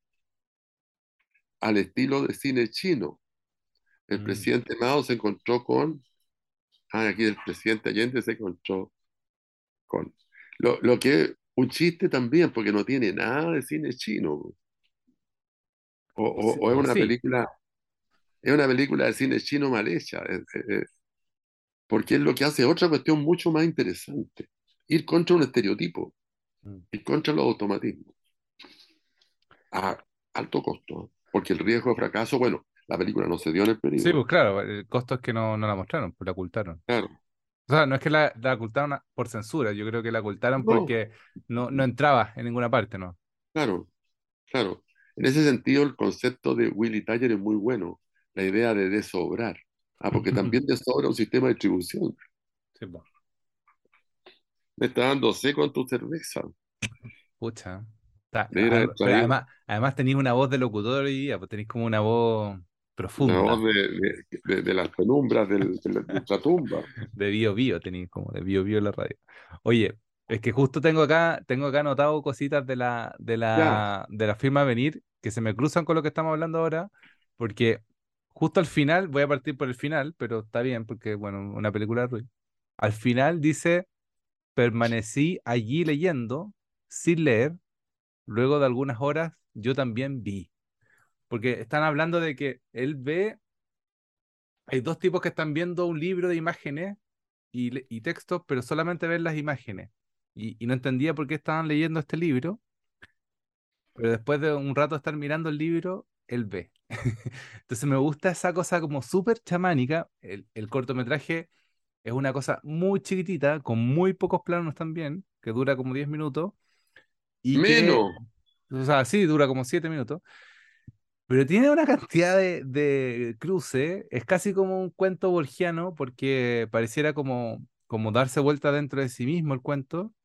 al estilo de cine chino. El Mm. presidente Mao se encontró con, aquí el presidente Allende se encontró con. Lo que es un chiste también, porque no tiene nada de cine chino. O O sí. es una película de cine chino mal hecha, porque es lo que hace otra cuestión mucho más interesante. Ir contra un estereotipo, Mm. ir contra los automatismos, a alto costo, ¿eh? Porque el riesgo de fracaso, bueno, la película no se dio en el Sí, periodo, pues claro, el costo es que no la mostraron, pues la ocultaron. claro. O sea, no es que la ocultaron por censura, yo creo que la ocultaron No, porque no entraba en ninguna parte, ¿no? claro, claro. En ese sentido, el concepto de Willy Taller es muy bueno, la idea de desobrar. Ah, porque también desobra un sistema de distribución. Sí, pues. Me está dando sé con tu cerveza. Pucha. Debería haber Pero traído además tenéis una voz de locutor hoy día, pues tenéis como una voz una voz profunda, de las penumbras de ultratumba. de Bio Bio, tenéis como de Bio Bio la radio. Oye, es que justo tengo acá anotado cositas Ya, de la firma Venir que se me cruzan con lo que estamos hablando ahora, porque justo al final, voy a partir por el final, pero está bien, porque bueno, una película de Ruiz. Al final dice, permanecí allí leyendo, sin leer. Luego de algunas horas, yo también vi. Porque están hablando de que él ve, hay dos tipos que están viendo un libro de imágenes y textos, pero solamente ven las imágenes. Y no entendía por qué estaban leyendo este libro, pero después de un rato estar mirando el libro, él ve. Entonces me gusta esa cosa como súper chamánica. El cortometraje es una cosa muy chiquitita, con muy pocos planos también, que dura como 10 minutos, y que, menos, o sea, sí, dura como 7 minutos. Pero tiene una cantidad de cruce, es casi como un cuento borgiano, porque pareciera como darse vuelta dentro de sí mismo el cuento,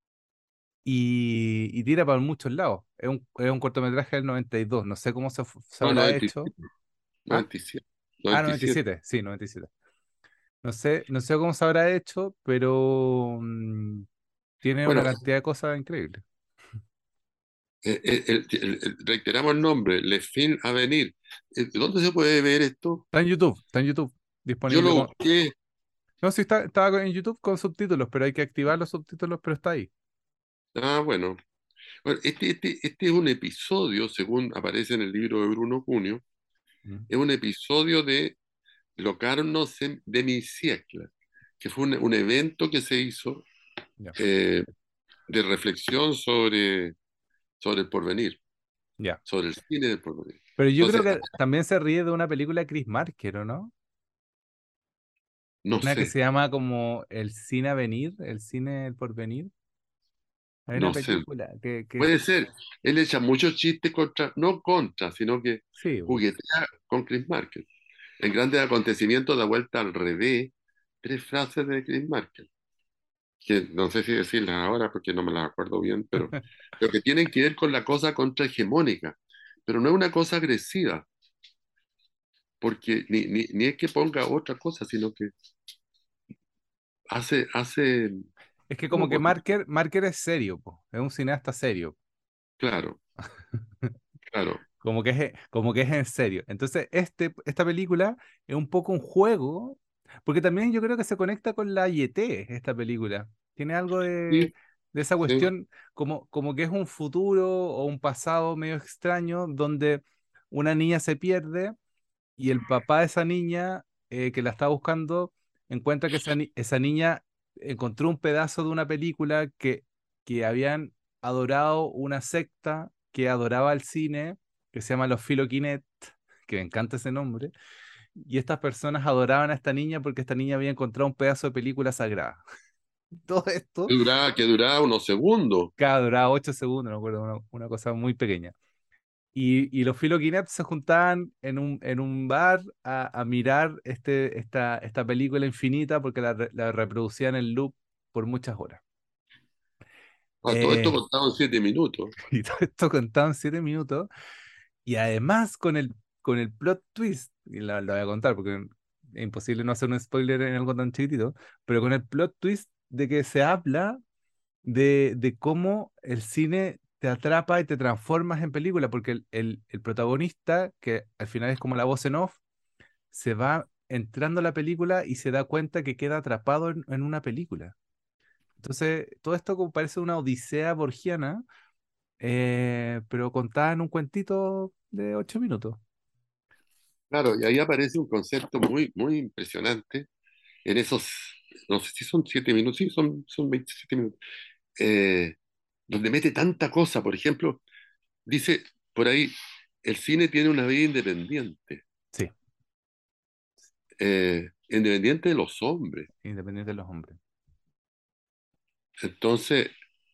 y tira para muchos lados. Es un cortometraje del 92, no sé cómo se no, habrá hecho. 97, ¿Ah? 97, Ah, 97. 97, sí, 97. No sé cómo se habrá hecho, pero tiene una Bueno, cantidad de cosas increíbles. reiteramos el nombre, Le Fin Avenir. ¿Dónde se puede ver esto? Está en YouTube, Yo disponible lo con... busqué. No, sí, estaba en YouTube con subtítulos, pero hay que activar los subtítulos, pero está ahí. Ah, bueno. Bueno, este es un episodio, según aparece en el libro de Bruno Cunio, Mm, es un episodio de Locarno de Misiecla, que fue un evento que se hizo ya, eh, de reflexión sobre el porvenir, ya. sobre el cine del porvenir. Pero yo creo Entonces, que también se ríe de una película de Chris Marker, ¿o no? No Una que sé, se llama como El Cine Avenir, El Cine El Porvenir. Hay una no sé. película que Puede ser. Él echa muchos chistes contra, no contra, sino que sí, po. juguetea con Chris Marker. En grandes acontecimientos da vuelta al revés tres frases de Chris Marker, que no sé si decirlas ahora porque no me las acuerdo bien, pero que tienen que ver con la cosa contrahegemónica. Pero no es una cosa agresiva, porque ni es que ponga otra cosa, sino que hace, Es que como ¿cómo que puedo? Marker es serio, po. Es un cineasta serio. Claro, claro. Como que es en serio. Entonces, esta película es un poco un juego, porque también yo creo que se conecta con la YT, esta película. Tiene algo Sí, de esa sí. cuestión, como que es un futuro o un pasado medio extraño, donde una niña se pierde y el papá de esa niña que la está buscando encuentra que esa niña encontró un pedazo de una película que habían adorado una secta que adoraba el cine, que se llama los Filoquinet, que me encanta ese nombre, y estas personas adoraban a esta niña porque esta niña había encontrado un pedazo de película sagrada. Todo esto, Que duraba unos segundos. cada duraba 8 segundos, no me acuerdo, una cosa muy pequeña. Y los Filoquinet se juntaban en un bar a mirar esta película infinita porque la reproducían en loop por muchas horas. Todo esto Eh, contado en 7 minutos. y todo esto contado en 7 minutos. Y además con el plot twist, y lo voy a contar porque es imposible no hacer un spoiler en algo tan chiquitito, pero con el plot twist de que se habla de cómo el cine te atrapa y te transformas en película, porque el protagonista, que al final es como la voz en off, se va entrando a la película y se da cuenta que queda atrapado en una película. Entonces, todo esto como parece una odisea borgiana, pero contada en un cuentito de 8 minutos. Claro, y ahí aparece un concepto muy, muy impresionante en esos, no sé si son 7 minutos, sí, son 27 minutos, eh, donde mete tanta cosa. Por ejemplo, dice por ahí, el cine tiene una vida independiente, Sí, independiente de los hombres. independiente de los hombres. Entonces,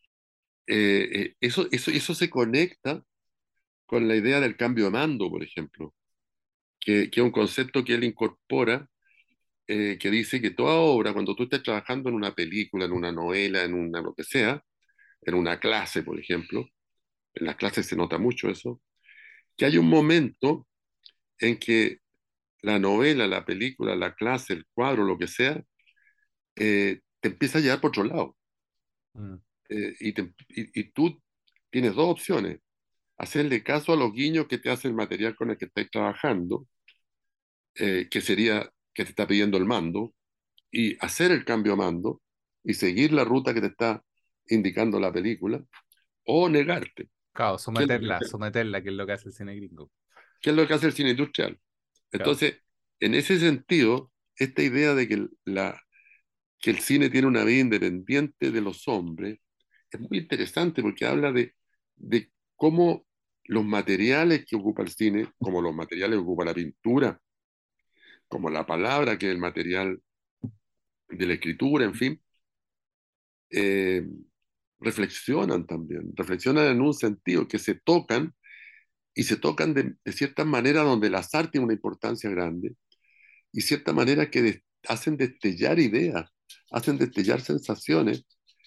eso se conecta con la idea del cambio de mando, por ejemplo, que es un concepto que él incorpora, que dice que toda obra, cuando tú estés trabajando en una película, en una novela, en una lo que sea, en una clase, por ejemplo, en las clases se nota mucho eso, que hay un momento en que la novela, la película, la clase, el cuadro, lo que sea, te empieza a llevar por otro lado. Mm. Y tú tienes dos opciones: hacerle caso a los guiños que te hace el material con el que estáis trabajando, que sería que te está pidiendo el mando, y hacer el cambio a mando y seguir la ruta que te está indicando la película, o negarte. Claro, ¿Qué es lo que someterla, que es lo que hace el cine gringo. qué es lo que hace el cine industrial? Claro. Entonces, en ese sentido, esta idea de que que el cine tiene una vida independiente de los hombres es muy interesante porque habla de cómo los materiales que ocupa el cine, como los materiales que ocupa la pintura, como la palabra, que es el material de la escritura, en fin, eh, reflexionan en un sentido que se tocan y se tocan de cierta manera donde el azar tiene una importancia grande y cierta manera que hacen destellar ideas, hacen destellar sensaciones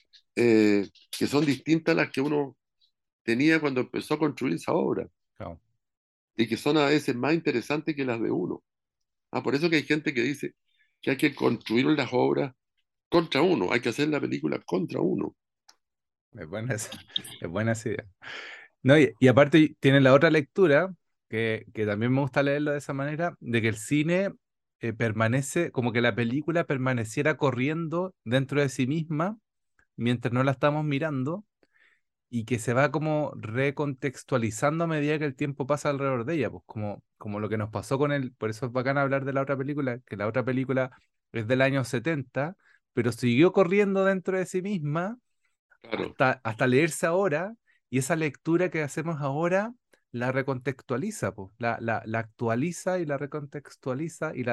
que son distintas a las que uno tenía cuando empezó a construir esa obra Claro. y que son a veces más interesantes que las de uno. Por eso que hay gente que dice que hay que construir las obras contra uno, hay que hacer la película contra uno. Es buena es buena esa idea. No, y aparte tiene la otra lectura, que también me gusta leerlo de esa manera, de que el cine permanece, como que la película permaneciera corriendo dentro de sí misma mientras no la estamos mirando y que se va como recontextualizando a medida que el tiempo pasa alrededor de ella, pues como lo que nos pasó con él, por eso es bacán hablar de la otra película, que la otra película es del año 70 pero siguió corriendo dentro de sí misma Claro, hasta leerse ahora, y esa lectura que hacemos ahora la recontextualiza, po, la actualiza y la recontextualiza y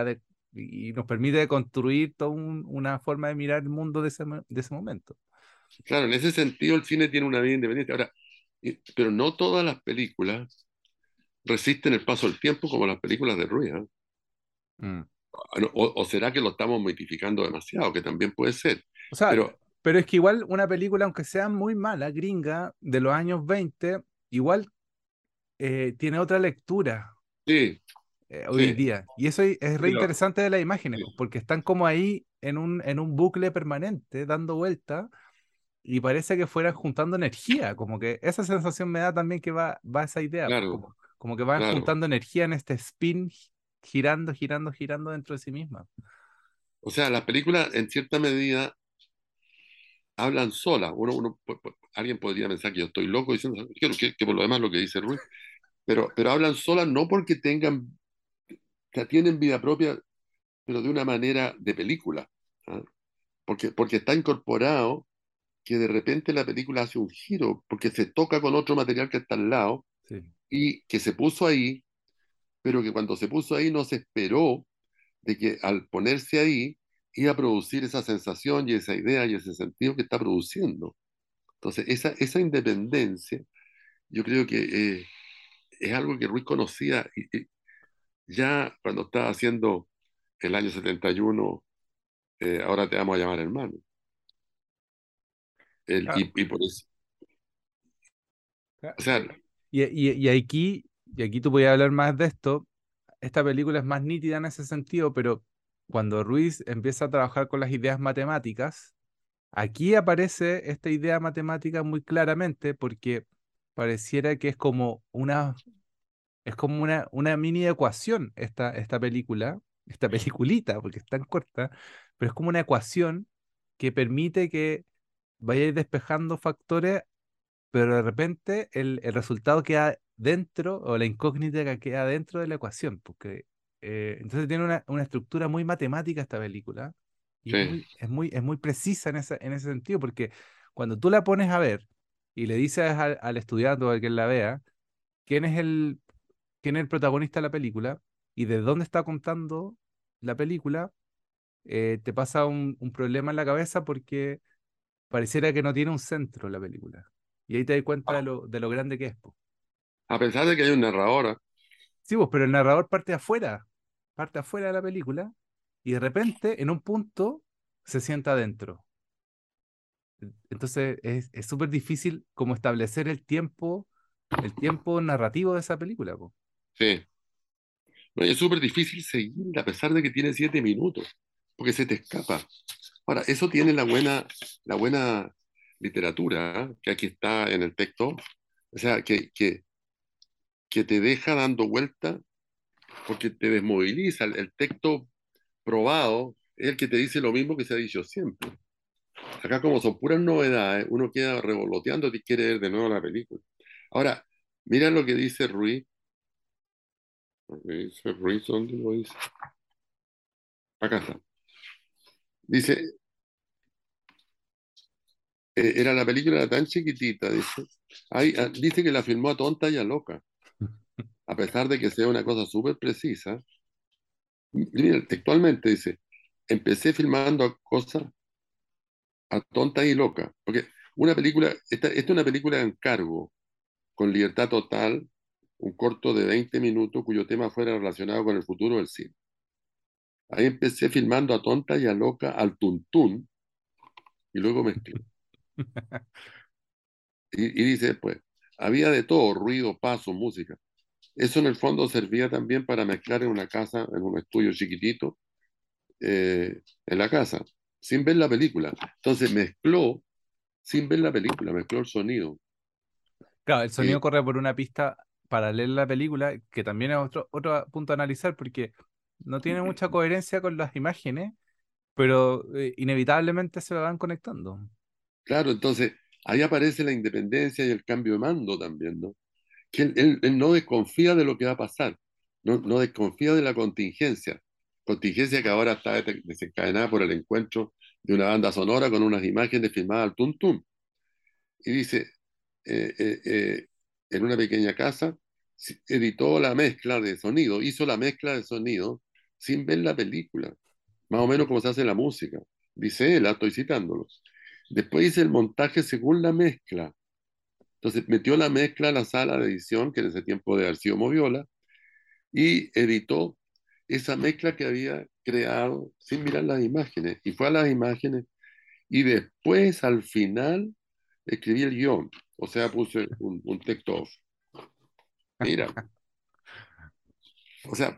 y nos permite construir toda una forma de mirar el mundo de ese momento. Claro, en ese sentido el cine tiene una vida independiente. Ahora, pero no todas las películas resisten el paso del tiempo como las películas de Ruiz, ¿eh? Mm. O será que lo estamos mitificando demasiado, que también puede ser. O sea, Pero pero es que igual una película, aunque sea muy mala, gringa, de los años 20 igual tiene otra lectura sí, hoy sí, día. Y eso es re sí, interesante de las imágenes, pues, sí, porque están como ahí en un bucle permanente, dando vueltas, y parece que fueran juntando energía, como que esa sensación me da también que va esa idea, pues, claro, como que van claro. juntando energía en este spin, girando, girando, girando dentro de sí misma. O sea, las películas en cierta medida hablan solas. Alguien podría pensar que yo estoy loco diciendo que por lo demás lo que dice Ruiz, pero hablan solas no porque tengan, que tienen vida propia, pero de una manera de película. ¿Ah? Porque está incorporado que de repente la película hace un giro, porque se toca con otro material que está al lado Sí, y que se puso ahí, pero que cuando se puso ahí no se esperó de que al ponerse ahí iba a producir esa sensación y esa idea y ese sentido que está produciendo. Entonces, esa independencia, yo creo que es algo que Ruiz conocía y ya cuando estaba haciendo el año 71, ahora te vamos a llamar hermano. claro. Y por eso, Claro. o sea, Y aquí tú podías hablar más de esto. Esta película es más nítida en ese sentido, pero cuando Ruiz empieza a trabajar con las ideas matemáticas, aquí aparece esta idea matemática muy claramente porque pareciera que es como una mini ecuación esta película, esta peliculita, porque es tan corta, pero es como una ecuación que permite que vayáis despejando factores, pero de repente el resultado queda dentro, o la incógnita que queda dentro de la ecuación, porque entonces tiene una estructura muy matemática esta película, y sí, es muy precisa en ese sentido, porque cuando tú la pones a ver y le dices al estudiante o al que la vea, quién es quién es el protagonista de la película y de dónde está contando la película, te pasa un problema en la cabeza porque pareciera que no tiene un centro la película. Y ahí te das cuenta de lo grande que es, po. a pesar de que hay un narrador, ¿ah? Sí, pues, pero el narrador parte afuera de la película y de repente, en un punto, se sienta adentro. Entonces es súper difícil como establecer el tiempo narrativo de esa película, po. Sí. No, y es súper difícil seguir a pesar de que tiene 7 minutos, porque se te escapa. Ahora, eso tiene la buena literatura, ¿ah? Que aquí está en el texto, o sea, que te deja dando vuelta porque te desmoviliza. El texto probado es el que te dice lo mismo que se ha dicho siempre. Acá como son puras novedades, uno queda revoloteando y quiere ver de nuevo la película. Ahora, mira lo que dice Ruiz. Lo que dice Ruiz, ¿dónde lo dice? Acá está. Dice, era la película era tan chiquitita, dice. Dice que la filmó a tonta y a loca, a pesar de que sea una cosa súper precisa. Mira, textualmente dice, empecé filmando cosas a tonta y loca, porque esta es una película de encargo, con libertad total, un corto de 20 minutos cuyo tema fuera relacionado con el futuro del cine. Ahí empecé filmando a tonta y a loca, al tuntún, y luego mezclé. Y dice después, había de todo, ruido, paso, música. Eso en el fondo servía también para mezclar en una casa, en un estudio chiquitito, en la casa, sin ver la película. Entonces mezcló, sin ver la película, mezcló el sonido. Claro, el Eh, sonido corre por una pista paralela a la película, que también es otro punto a analizar porque no tiene mucha coherencia con las imágenes, pero inevitablemente se van conectando. claro, entonces ahí aparece la independencia y el cambio de mando también, ¿no? Que él no desconfía de lo que va a pasar, no desconfía de la contingencia, contingencia que ahora está desencadenada por el encuentro de una banda sonora con unas imágenes filmadas al tum tum. Y dice, eh, eh, eh, en una pequeña casa, editó la mezcla de sonido, hizo la mezcla de sonido sin ver la película, más o menos como se hace la música. Dice él, estoy citándolo. Después hice el montaje según la mezcla. Entonces metió la mezcla a la sala de edición, que en ese tiempo de haber sido Moviola, y editó esa mezcla que había creado sin mirar las imágenes. Y fue a las imágenes y después al final escribí el guión. O sea, puse un texto off. Mira, o sea,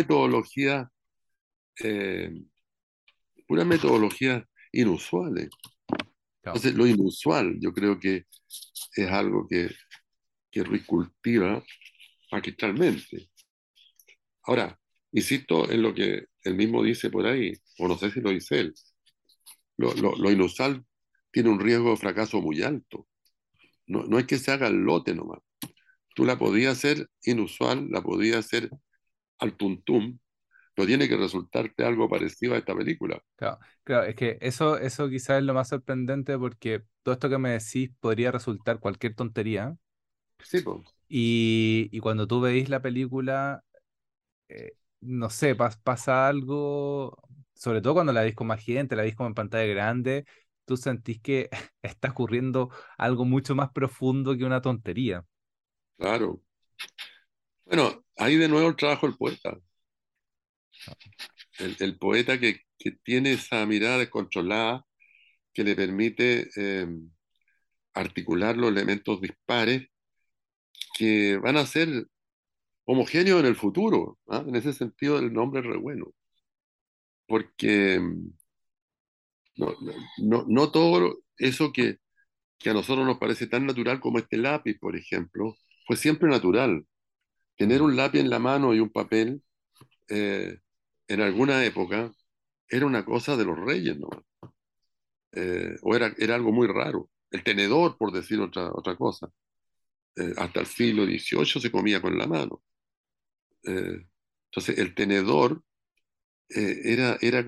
eh, puras metodologías inusuales. Claro, Entonces, lo inusual yo creo que es algo que Ruiz cultiva magistralmente. Ahora, insisto en lo que él mismo dice por ahí, o no sé si lo dice él, lo inusual tiene un riesgo de fracaso muy alto. No, no es que se haga el lote nomás. Tú la podías hacer inusual, la podías hacer al tuntum, pero tiene que resultarte algo parecido a esta película. claro, claro, es que eso quizás es lo más sorprendente porque todo esto que me decís podría resultar cualquier tontería. Sí, pues, Y cuando tú veis la película, no sé, pasa algo, sobre todo cuando la veis con más gente, la veis como en pantalla grande, tú sentís que está ocurriendo algo mucho más profundo que una tontería. claro. Bueno, ahí de nuevo el trabajo del poeta. El poeta que tiene esa mirada descontrolada que le permite articular los elementos dispares que van a ser homogéneos en el futuro. ¿Ah? En ese sentido, el nombre es re bueno, porque no todo eso que a nosotros nos parece tan natural como este lápiz, por ejemplo, fue siempre natural. Tener Mm, un lápiz en la mano y un papel eh, en alguna época era una cosa de los reyes, ¿no? O era algo muy raro. El tenedor, por decir otra cosa. Hasta el siglo XVIII se comía con la mano. Eh, entonces, el tenedor era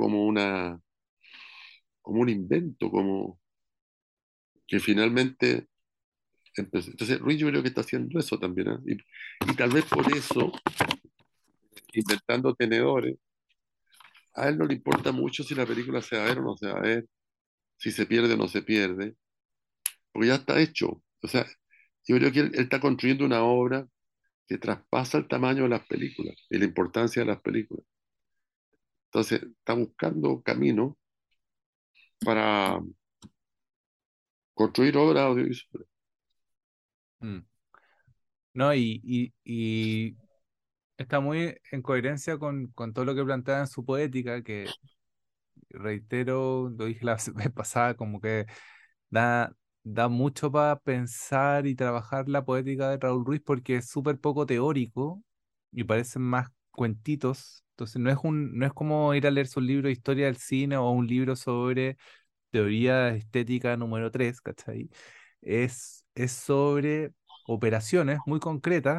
como un invento, como que finalmente empezó. Entonces, Ruiz yo creo que está haciendo eso también, ¿eh? Y tal vez por eso, inventando tenedores, a él no le importa mucho si la película se va a ver o no se va a ver, si se pierde o no se pierde, porque ya está hecho. O sea, yo creo que él está construyendo una obra que traspasa el tamaño de las películas y la importancia de las películas. Entonces, está buscando caminos para construir obras audiovisuales. mm. No, y está muy en coherencia con todo lo que plantea en su poética, que reitero, lo dije la vez pasada, como que da, da mucho para pensar y trabajar la poética de Raúl Ruiz porque es súper poco teórico y parecen más cuentitos. Entonces no es como ir a leerse un libro de historia del cine o un libro sobre teoría estética número 3, ¿cachai? Es sobre operaciones muy concretas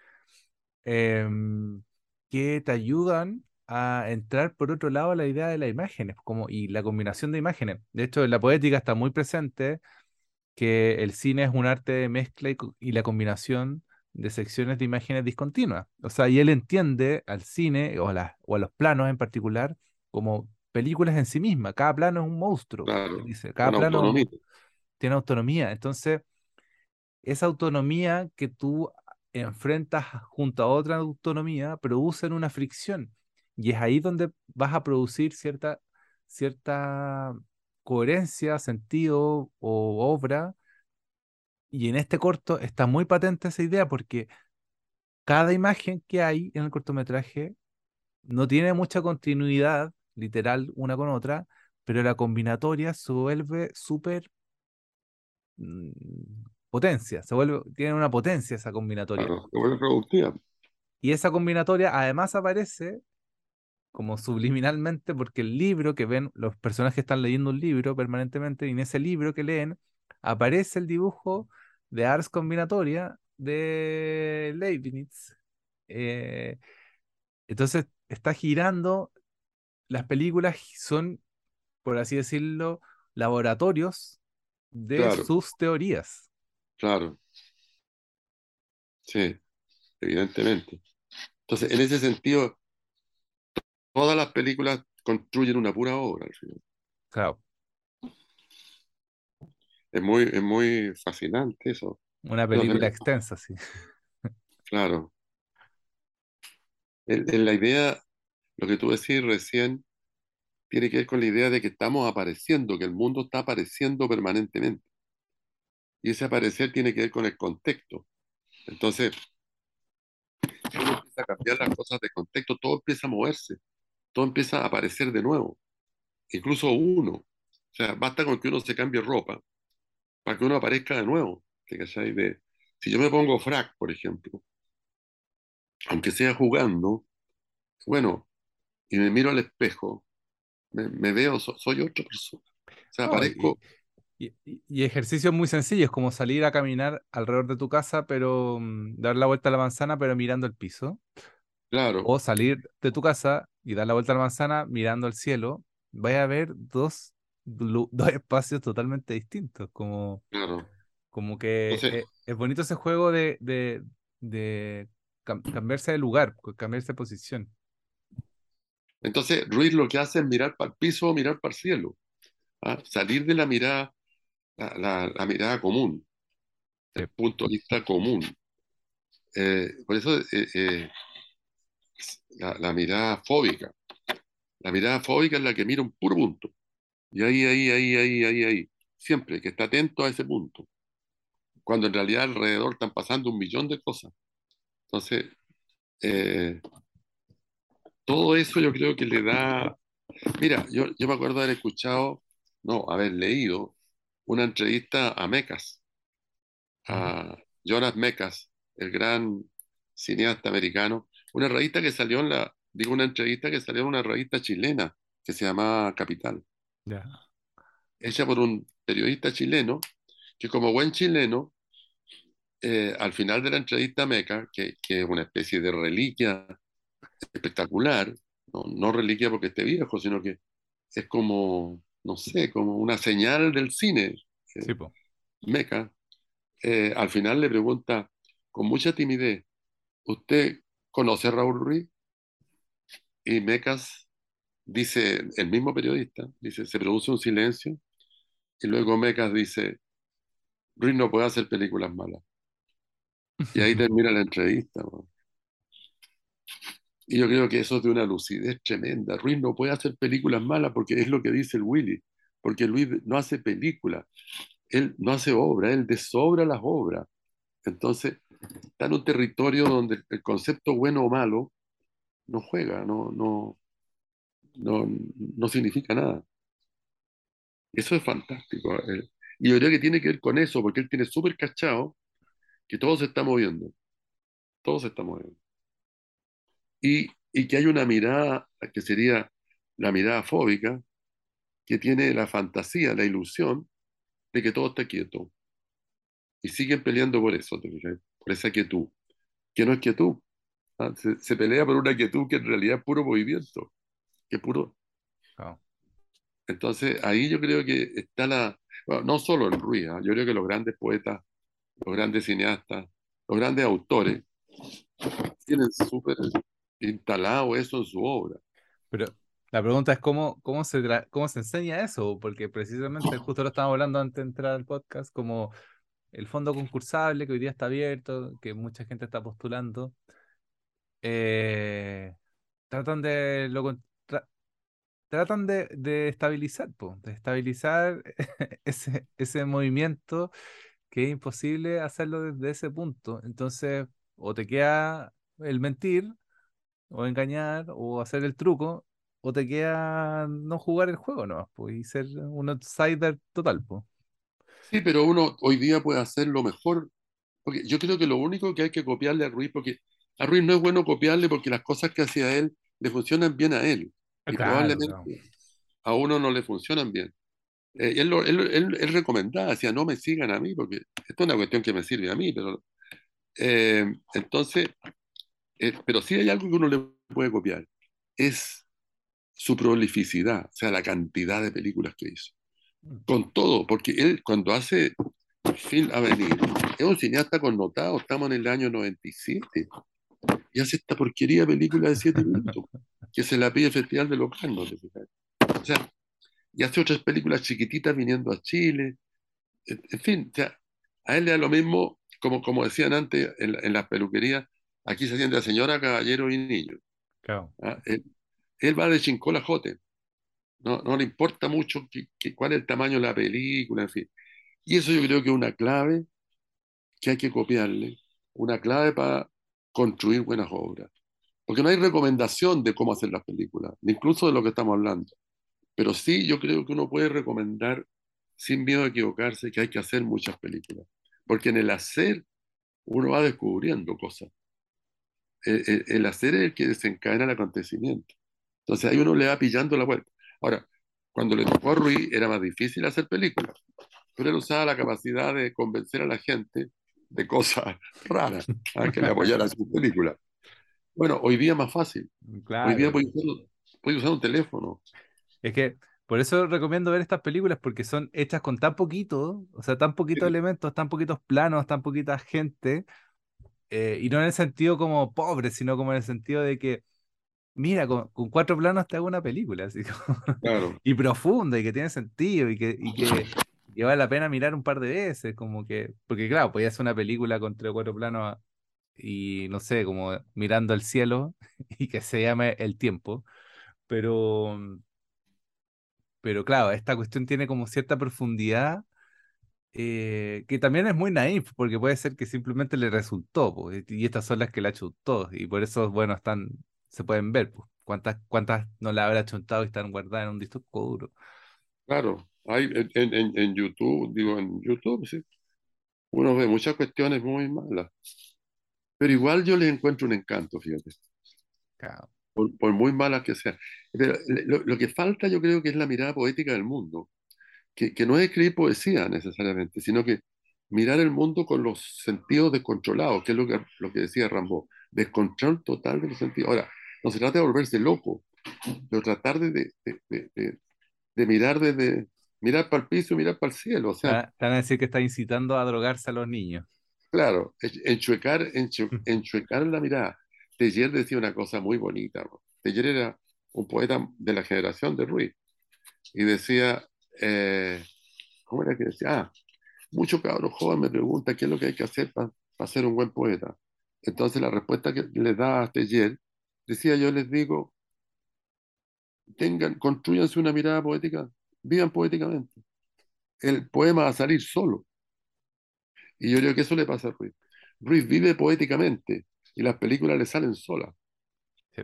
em, que te ayudan a entrar por otro lado a la idea de las imágenes y la combinación de imágenes. De hecho, en la poética está muy presente que el cine es un arte de mezcla y la combinación de secciones de imágenes discontinuas. O sea, y él entiende al cine o a los planos en particular como películas en sí mismas. Cada plano es un monstruo. Él Claro, dice, cada con plano autonomía. tiene autonomía. Entonces, esa autonomía que tú enfrentas junto a otra autonomía producen una fricción. Y es ahí donde vas a producir cierta coherencia, sentido o obra. Y en este corto está muy patente esa idea porque cada imagen que hay en el cortometraje no tiene mucha continuidad literal una con otra, pero la combinatoria se vuelve súper potencia, tiene una potencia esa combinatoria. Claro, se vuelve productiva. Y esa combinatoria además aparece como subliminalmente porque el libro que ven, los personajes están leyendo un libro permanentemente y en ese libro que leen aparece el dibujo de Ars Combinatoria de Leibniz. Eh, entonces está girando, las películas son, por así decirlo, laboratorios de Claro, sus teorías. claro, sí, evidentemente. Entonces, en ese sentido, todas las películas construyen una pura obra al final. Claro, Es muy fascinante eso. una No, película extensa, sí. claro. La idea, lo que tú decís recién, tiene que ver con la idea de que estamos apareciendo, que el mundo está apareciendo permanentemente. Y ese aparecer tiene que ver con el contexto. Entonces, si uno empieza a cambiar las cosas de contexto, todo empieza a moverse, todo empieza a aparecer de nuevo, incluso uno. O sea, basta con que uno se cambie ropa para que uno aparezca de nuevo. ¿Te cachai? Si yo me pongo frac, por ejemplo, aunque sea jugando, bueno, y me miro al espejo, me veo, soy otra persona. O sea, No, aparezco, y ejercicios muy sencillos, como salir a caminar alrededor de tu casa, pero dar la vuelta a la manzana, pero mirando el piso. claro, O salir de tu casa y dar la vuelta a la manzana mirando al cielo. Vaya a ver dos espacios totalmente distintos. claro. Como que Entonces, es bonito ese juego de cambiarse de lugar, cambiarse de posición. Ruiz lo que hace es mirar para el piso o mirar para el cielo. ¿Ah? Salir de la mirada, la mirada común, Sí. el punto de vista común. Por eso la mirada fóbica. La mirada fóbica es la que mira un puro punto. Y ahí. Siempre que está atento a ese punto. Cuando en realidad alrededor están pasando un millón de cosas. Entonces, eh, todo eso yo creo que le da... Mira, yo me acuerdo haber escuchado, no, haber leído una entrevista a Mekas, Ujú. a Jonas Mekas, el gran cineasta americano, una revista que salió digo, una entrevista que salió en una revista chilena que se llamaba Capital, Ya. hecha por un periodista chileno que como buen chileno, al final de la entrevista a Mekas, que es una especie de reliquia espectacular, no reliquia porque esté viejo, sino que es como, no sé, como una señal del cine, Sí, eh, po. Mekas, al final le pregunta con mucha timidez, ¿usted conoce a Raúl Ruiz? Y Mecas dice, el mismo periodista, dice, se produce un silencio y luego Mecas dice, Ruiz no puede hacer películas malas. Y ahí termina la entrevista, ¿no? Y yo creo que eso es de una lucidez tremenda. Ruiz no puede hacer películas malas porque es lo que dice el Willy, porque Luis no hace películas, él no hace obra, él desobra las obras. Entonces, está en un territorio donde el concepto bueno o malo no juega, no, no significa nada. Eso es fantástico. Y yo creo que tiene que ver con eso, porque él tiene súper cachado que todo se está moviendo, todo se está moviendo. Y que hay una mirada que sería la mirada fóbica, que tiene la fantasía, la ilusión de que todo está quieto. Y siguen peleando por eso, ¿te fijas? Por esa quietud, que no es quietud. ¿Ah? Se pelea por una quietud que en realidad es puro movimiento, que es puro. Claro. Entonces ahí yo creo que está bueno, no solo el Ruiz, ¿ah? Yo creo que los grandes poetas, los grandes cineastas, los grandes autores tienen súper instalado eso en su obra. Pero la pregunta es cómo se enseña eso, porque precisamente justo lo estábamos hablando antes de entrar al podcast, como el fondo concursable que hoy día está abierto, que mucha gente está postulando, eh, tratan de tratan de estabilizar, po, de estabilizar ese movimiento que es imposible hacerlo desde ese punto. Entonces, o te queda el mentir, o engañar, o hacer el truco, o te queda no jugar el juego nomás, pues, y ser un outsider total, pues. Sí, pero uno hoy día puede hacerlo mejor, porque yo creo que lo único que hay que copiarle a Ruiz, porque a Ruiz no es bueno copiarle porque las cosas que hacía él le funcionan bien a él, y Claro, claro. probablemente a uno no le funcionan bien. Él recomendaba, decía, no me sigan a mí, porque esto es una cuestión que me sirve a mí, pero entonces, pero sí hay algo que uno le puede copiar, es su prolificidad, o sea, la cantidad de películas que hizo. Con todo, porque él cuando hace Film Avenir, es un cineasta connotado, estamos en el año 97 y hace esta porquería de película de 7 minutos. que se la pide el Festival de Locarno. ¿Te fijas? O sea, y hace otras películas chiquititas viniendo a Chile. En fin, o sea, a él le da lo mismo, como decían antes en las peluquerías, aquí se atiende a señora, caballero y niño. Claro. ¿Ah? Él va de Chincola a Jote. No le importa mucho cuál es el tamaño de la película, en fin. Y eso yo creo que es una clave que hay que copiarle, una clave para construir buenas obras. Porque no hay recomendación de cómo hacer las películas, incluso de lo que estamos hablando. Pero sí yo creo que uno puede recomendar, sin miedo a equivocarse, que hay que hacer muchas películas. Porque en el hacer uno va descubriendo cosas. El hacer es el que desencadena el acontecimiento. Entonces ahí uno le va pillando la vuelta. Ahora, cuando le tocó a Ruiz era más difícil hacer películas, pero él usaba la capacidad de convencer a la gente de cosas raras a que le apoyaran su película. Bueno, hoy día es más fácil. Hoy día Claro. puedes usar un teléfono. Es que por eso recomiendo ver estas películas porque son hechas con tan poquito, o sea, tan poquitos elementos, tan poquitos planos, tan poquita gente, y no en el sentido como pobre, sino como en el sentido de que, mira, con cuatro planos te hago una película, así como Claro, y profunda y que tiene sentido y que vale la pena mirar un par de veces, como que, porque claro, podía hacer una película con tres o cuatro planos y no sé, como mirando al cielo y que se llame El Tiempo, pero, pero claro, esta cuestión tiene como cierta profundidad que también es muy naif, porque puede ser que simplemente le resultó, po, y estas son las que la chuntó, y por eso, bueno, se pueden ver, pues, cuántas no la habrá chuntado y están guardadas en un disco duro. claro. Hay en YouTube, digo, en YouTube, sí, uno ve muchas cuestiones muy malas. Pero igual yo les encuentro un encanto, fíjate, Claro. por muy malas que sean. Pero lo que falta yo creo que es la mirada poética del mundo, que no es escribir poesía necesariamente, sino que mirar el mundo con los sentidos descontrolados, que es lo que decía Rambo, descontrol total de los sentidos. Ahora, no se trata de volverse loco, pero tratar de mirar mirar para el piso y mirar para el cielo. O sea, Te van a decir que está incitando a drogarse a los niños. claro, enchuecar la mirada. Teillier decía una cosa muy bonita, ¿no? Teillier era un poeta de la generación de Ruiz y decía, ¿cómo era que decía? Muchos cabros jóvenes me preguntan qué es lo que hay que hacer para ser un buen poeta. Entonces la respuesta que les da a Teillier, decía yo les digo, construyanse una mirada poética, vivan poéticamente. El poema va a salir solo. Y yo creo que eso le pasa a Ruiz. Ruiz vive poéticamente y las películas le salen solas. Sí,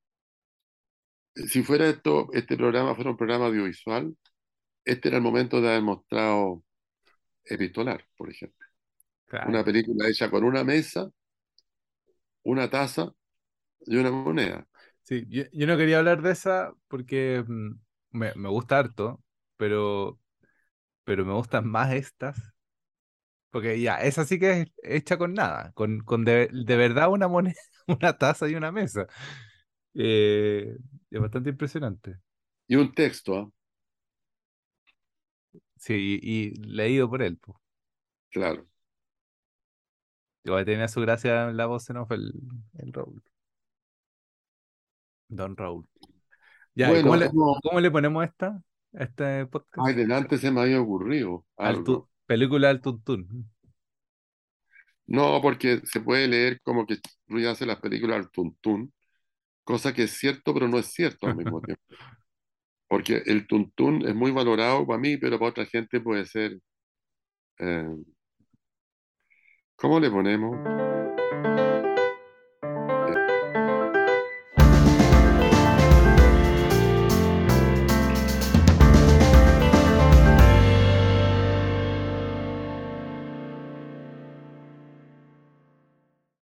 Si fuera este programa fuera un programa audiovisual, este era el momento de haber mostrado Epistolar, por ejemplo. Una claro. película hecha con una mesa, una taza y una moneda. Sí, yo no quería hablar de esa porque me gusta harto, pero, pero me gustan más estas. Porque ya, esa sí que es hecha con nada, con de verdad una moneda, una taza y una mesa. Eh, es bastante impresionante. Y un texto, ¿ah? Sí, y leído por él, pues. Claro. Igual tenía su gracia en la voz en off el Raúl, Don Raúl. Ya, ¿y Bueno, cómo le ponemos a este podcast? ay, delante se me había ocurrido algo. Película al tuntún. No, porque se puede leer como que Ruiz hace las películas al tuntún, cosa que es cierto, pero no es cierto al mismo tiempo. Porque el tuntún es muy valorado para mí, pero para otra gente puede ser, eh, ¿cómo le ponemos?